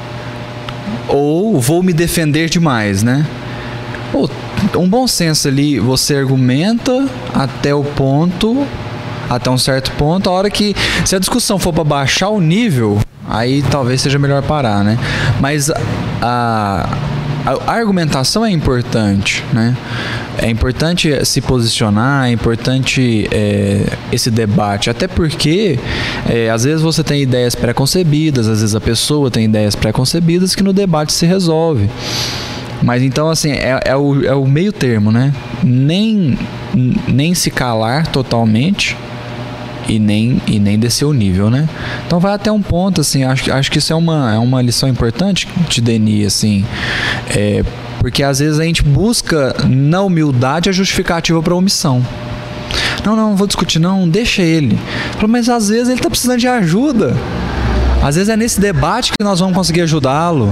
ou vou me defender demais, né? Um bom senso ali, você argumenta até um certo ponto. A hora que, se a discussão for para baixar o nível, aí talvez seja melhor parar, né? Mas a argumentação é importante, né? É importante se posicionar, é importante esse debate, até porque às vezes você tem ideias pré-concebidas, às vezes a pessoa tem ideias pré-concebidas que no debate se resolve. Mas então, assim, é o meio termo, né? Nem se calar totalmente e nem descer o nível, né? Então vai até um ponto, assim, acho que isso é uma lição importante de Denis, assim, porque às vezes a gente busca na humildade a justificativa para a omissão. Não vou discutir, não, deixa ele. Mas às vezes ele está precisando de ajuda. Às vezes é nesse debate que nós vamos conseguir ajudá-lo.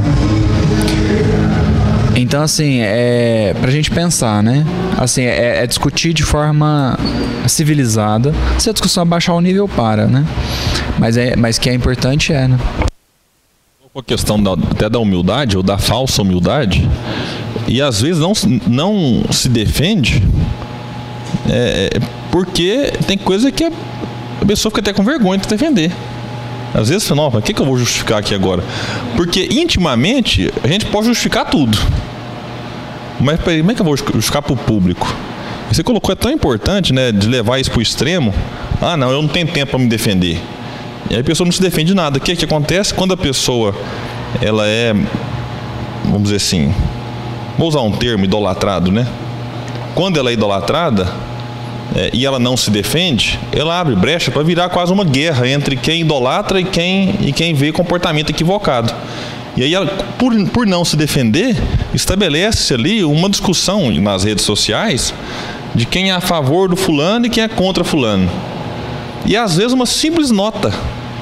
Então, assim, pra gente pensar, né? Assim, é discutir de forma civilizada. Se a discussão baixar o nível, para, né? Mas que é importante, né? A questão até da humildade, ou da falsa humildade, e às vezes não se defende, porque tem coisa que a pessoa fica até com vergonha de defender. Às vezes, não, mas o que eu vou justificar aqui agora? Porque intimamente a gente pode justificar tudo. Mas como é que eu vou justificar para o público? Você colocou, é tão importante, né, de levar isso para o extremo. Ah, não, eu não tenho tempo para me defender. E aí a pessoa não se defende nada. O que acontece quando a pessoa, ela é, vamos dizer assim, vou usar um termo, idolatrado, né? Quando ela é idolatrada, e ela não se defende, ela abre brecha para virar quase uma guerra entre quem idolatra e quem vê comportamento equivocado. E aí ela, por não se defender, estabelece ali uma discussão nas redes sociais de quem é a favor do fulano e quem é contra fulano. E às vezes uma simples nota,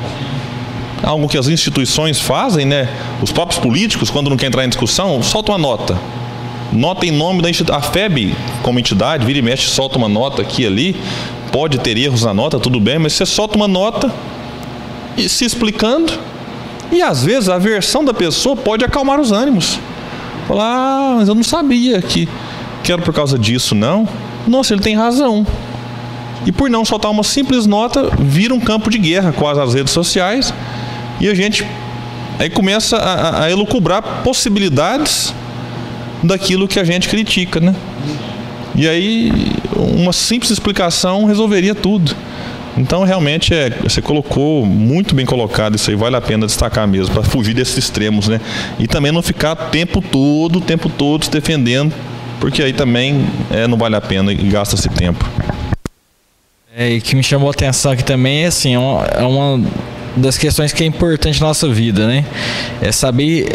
algo que as instituições fazem, né? Os próprios políticos, quando não querem entrar em discussão, soltam uma nota em nome da instituição. A FEB, como entidade, vira e mexe, solta uma nota aqui e ali. Pode ter erros na nota, tudo bem, mas você solta uma nota e se explicando, e às vezes a versão da pessoa pode acalmar os ânimos. Falar, mas eu não sabia que era por causa disso, não. Nossa, ele tem razão. E por não soltar uma simples nota, vira um campo de guerra quase as redes sociais, e a gente aí começa a elucubrar possibilidades daquilo que a gente critica, né? E aí uma simples explicação resolveria tudo. Então realmente você colocou muito bem colocado isso aí, vale a pena destacar mesmo, para fugir desses extremos, né? E também não ficar o tempo todo se defendendo, porque aí também não vale a pena e gasta-se tempo. E que me chamou a atenção aqui também é uma das questões que é importante na nossa vida, né? É saber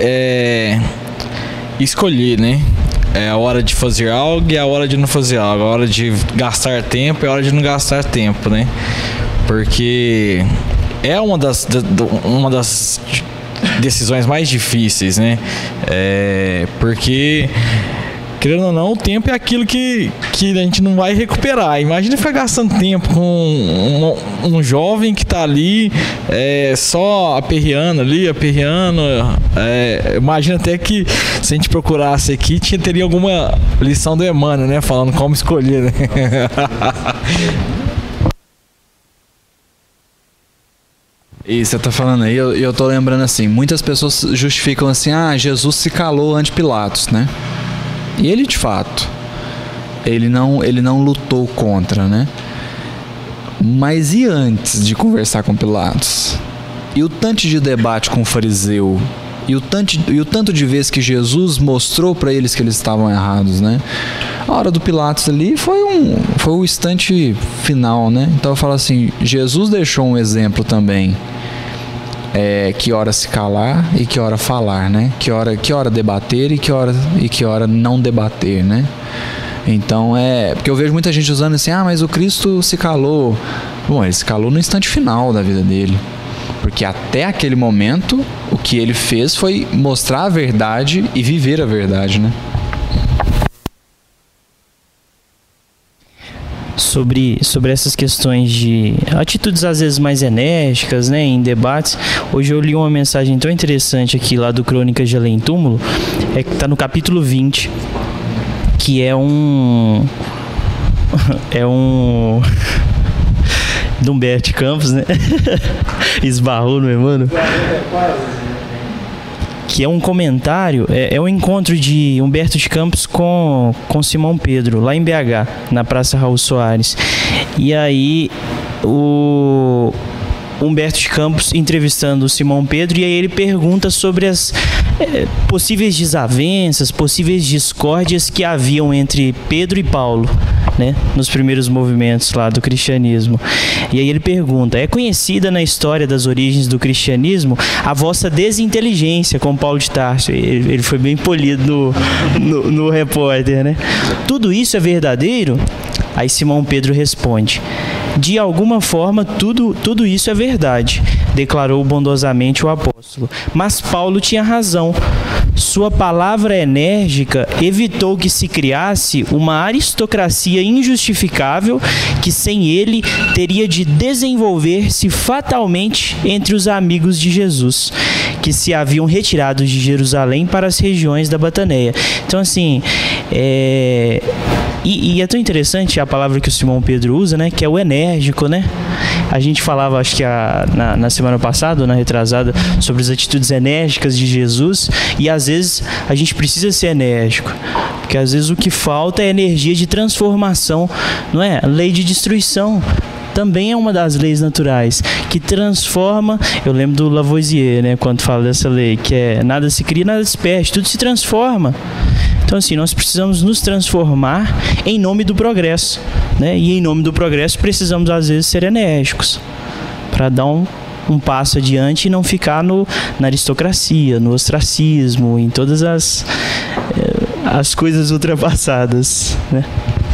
escolher, né? É a hora de fazer algo e a hora de não fazer algo, a hora de gastar tempo e a hora de não gastar tempo, né? Porque é uma das decisões mais difíceis, né? Porque, querendo ou não, o tempo é aquilo que a gente não vai recuperar. Imagina ficar gastando tempo com um jovem que está ali só aperreando. Imagina até que se a gente procurasse aqui, teria alguma lição do Emmanuel, né? Falando como escolher, né? E você tá falando aí, eu tô lembrando assim, muitas pessoas justificam assim, Jesus se calou ante Pilatos, né? E ele, de fato, ele não lutou contra, né? Mas e antes de conversar com Pilatos? E o tanto de debate com o fariseu? E o tanto de vezes que Jesus mostrou para eles que eles estavam errados, né? A hora do Pilatos ali foi o instante final, né? Então eu falo assim, Jesus deixou um exemplo também. Que hora se calar e que hora falar, né? Que hora debater e que hora não debater, né? Então porque eu vejo muita gente usando assim, mas o Cristo se calou. Bom, ele se calou no instante final da vida dele, porque até aquele momento o que ele fez foi mostrar a verdade e viver a verdade, né? Sobre essas questões de atitudes às vezes mais enérgicas, né, em debates. Hoje eu li uma mensagem tão interessante aqui lá do Crônicas de Além Túmulo, que está no capítulo 20, que é um do Humberto Campos, né? Esbarrou no Emmanuel. Que é um comentário, é um encontro de Humberto de Campos com Simão Pedro, lá em BH, na Praça Raul Soares. E aí o Humberto de Campos entrevistando o Simão Pedro, e aí ele pergunta sobre as possíveis desavenças, possíveis discórdias que haviam entre Pedro e Paulo, né, nos primeiros movimentos lá do cristianismo. E aí ele pergunta: é conhecida na história das origens do cristianismo a vossa desinteligência com Paulo de Tarso? Ele foi bem polido no repórter, né? Tudo isso é verdadeiro? Aí Simão Pedro responde: de alguma forma tudo isso é verdade. declarou bondosamente o apóstolo. Mas Paulo tinha razão. Sua palavra enérgica evitou que se criasse uma aristocracia injustificável que sem ele teria de desenvolver-se fatalmente entre os amigos de Jesus, que se haviam retirado de Jerusalém para as regiões da Bataneia. Então, assim, e é tão interessante a palavra que o Simão Pedro usa, né? Que é o enérgico, né? A gente falava, acho que na semana passada, na retrasada, sobre as atitudes enérgicas de Jesus, e às vezes a gente precisa ser enérgico, porque às vezes o que falta é energia de transformação, não é? A lei de destruição também é uma das leis naturais, que transforma. Eu lembro do Lavoisier, né, quando fala dessa lei, que é nada se cria, nada se perde, tudo se transforma. Então, assim, nós precisamos nos transformar em nome do progresso, né? E em nome do progresso precisamos, às vezes, ser enérgicos para dar um passo adiante e não ficar na aristocracia, no ostracismo, em todas as coisas ultrapassadas, né?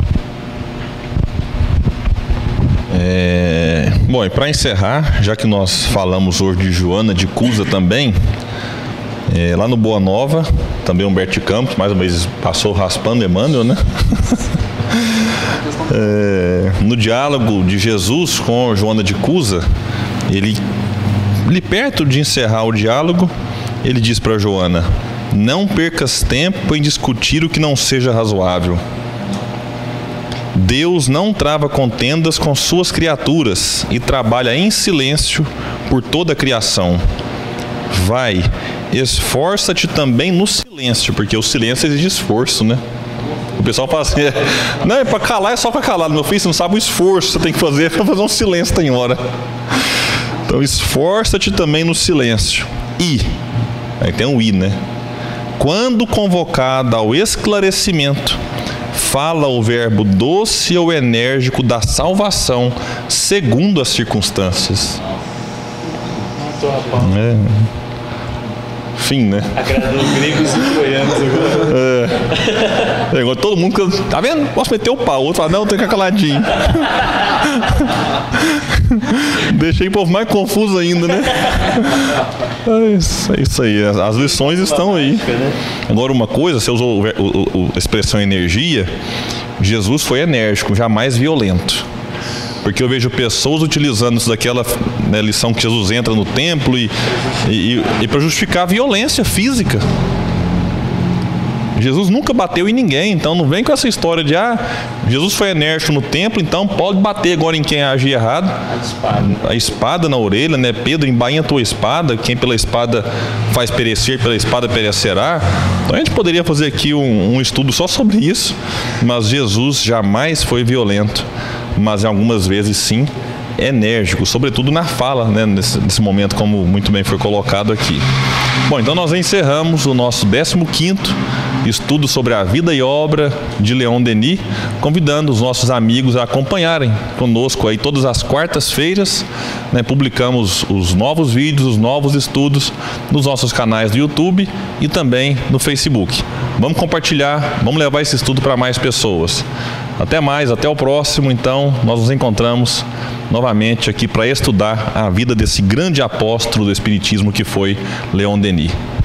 Bom, e para encerrar, já que nós falamos hoje de Joana de Cusa também, lá no Boa Nova, também Humberto de Campos, mais uma vez passou raspando Emmanuel, né? No diálogo de Jesus com Joana de Cusa, ele perto de encerrar o diálogo, ele diz para Joana: não percas tempo em discutir o que não seja razoável. Deus não trava contendas com suas criaturas e trabalha em silêncio por toda a criação. Vai, esforça-te também no silêncio, porque o silêncio exige esforço, né? O pessoal fala assim, não, é para calar, é só para calar. Meu filho, você não sabe o esforço que você tem que fazer para fazer um silêncio, tem hora. Então, esforça-te também no silêncio. E, aí tem um i, né? Quando convocada ao esclarecimento, fala o verbo doce ou enérgico da salvação, segundo as circunstâncias. Fim, né? Agradou gregos e troianos agora. Agora todo mundo, tá vendo? Posso meter o pau. O outro fala, não, tem que ficar caladinho. Deixei o povo mais confuso ainda, né? É isso aí. As lições estão aí. Agora, uma coisa, você usou a expressão energia. Jesus foi enérgico, jamais violento. Porque eu vejo pessoas utilizando isso daquela, né, lição que Jesus entra no templo e para justificar a violência física. Jesus nunca bateu em ninguém, então não vem com essa história de Jesus foi enérgico no templo, então pode bater agora em quem agir errado. A espada na orelha, né? Pedro, embainha a tua espada, quem pela espada faz perecer, pela espada perecerá. Então a gente poderia fazer aqui um estudo só sobre isso, mas Jesus jamais foi violento, mas em algumas vezes sim enérgico, sobretudo na fala, né, nesse momento, como muito bem foi colocado aqui. Bom, então nós encerramos o nosso 15º estudo sobre a vida e obra de Leon Denis, convidando os nossos amigos a acompanharem conosco aí todas as quartas-feiras, né, publicamos os novos vídeos, os novos estudos nos nossos canais do YouTube e também no Facebook. Vamos compartilhar, vamos levar esse estudo para mais pessoas. Até mais, até o próximo. Então, nós nos encontramos novamente aqui para estudar a vida desse grande apóstolo do Espiritismo que foi Leon Denis.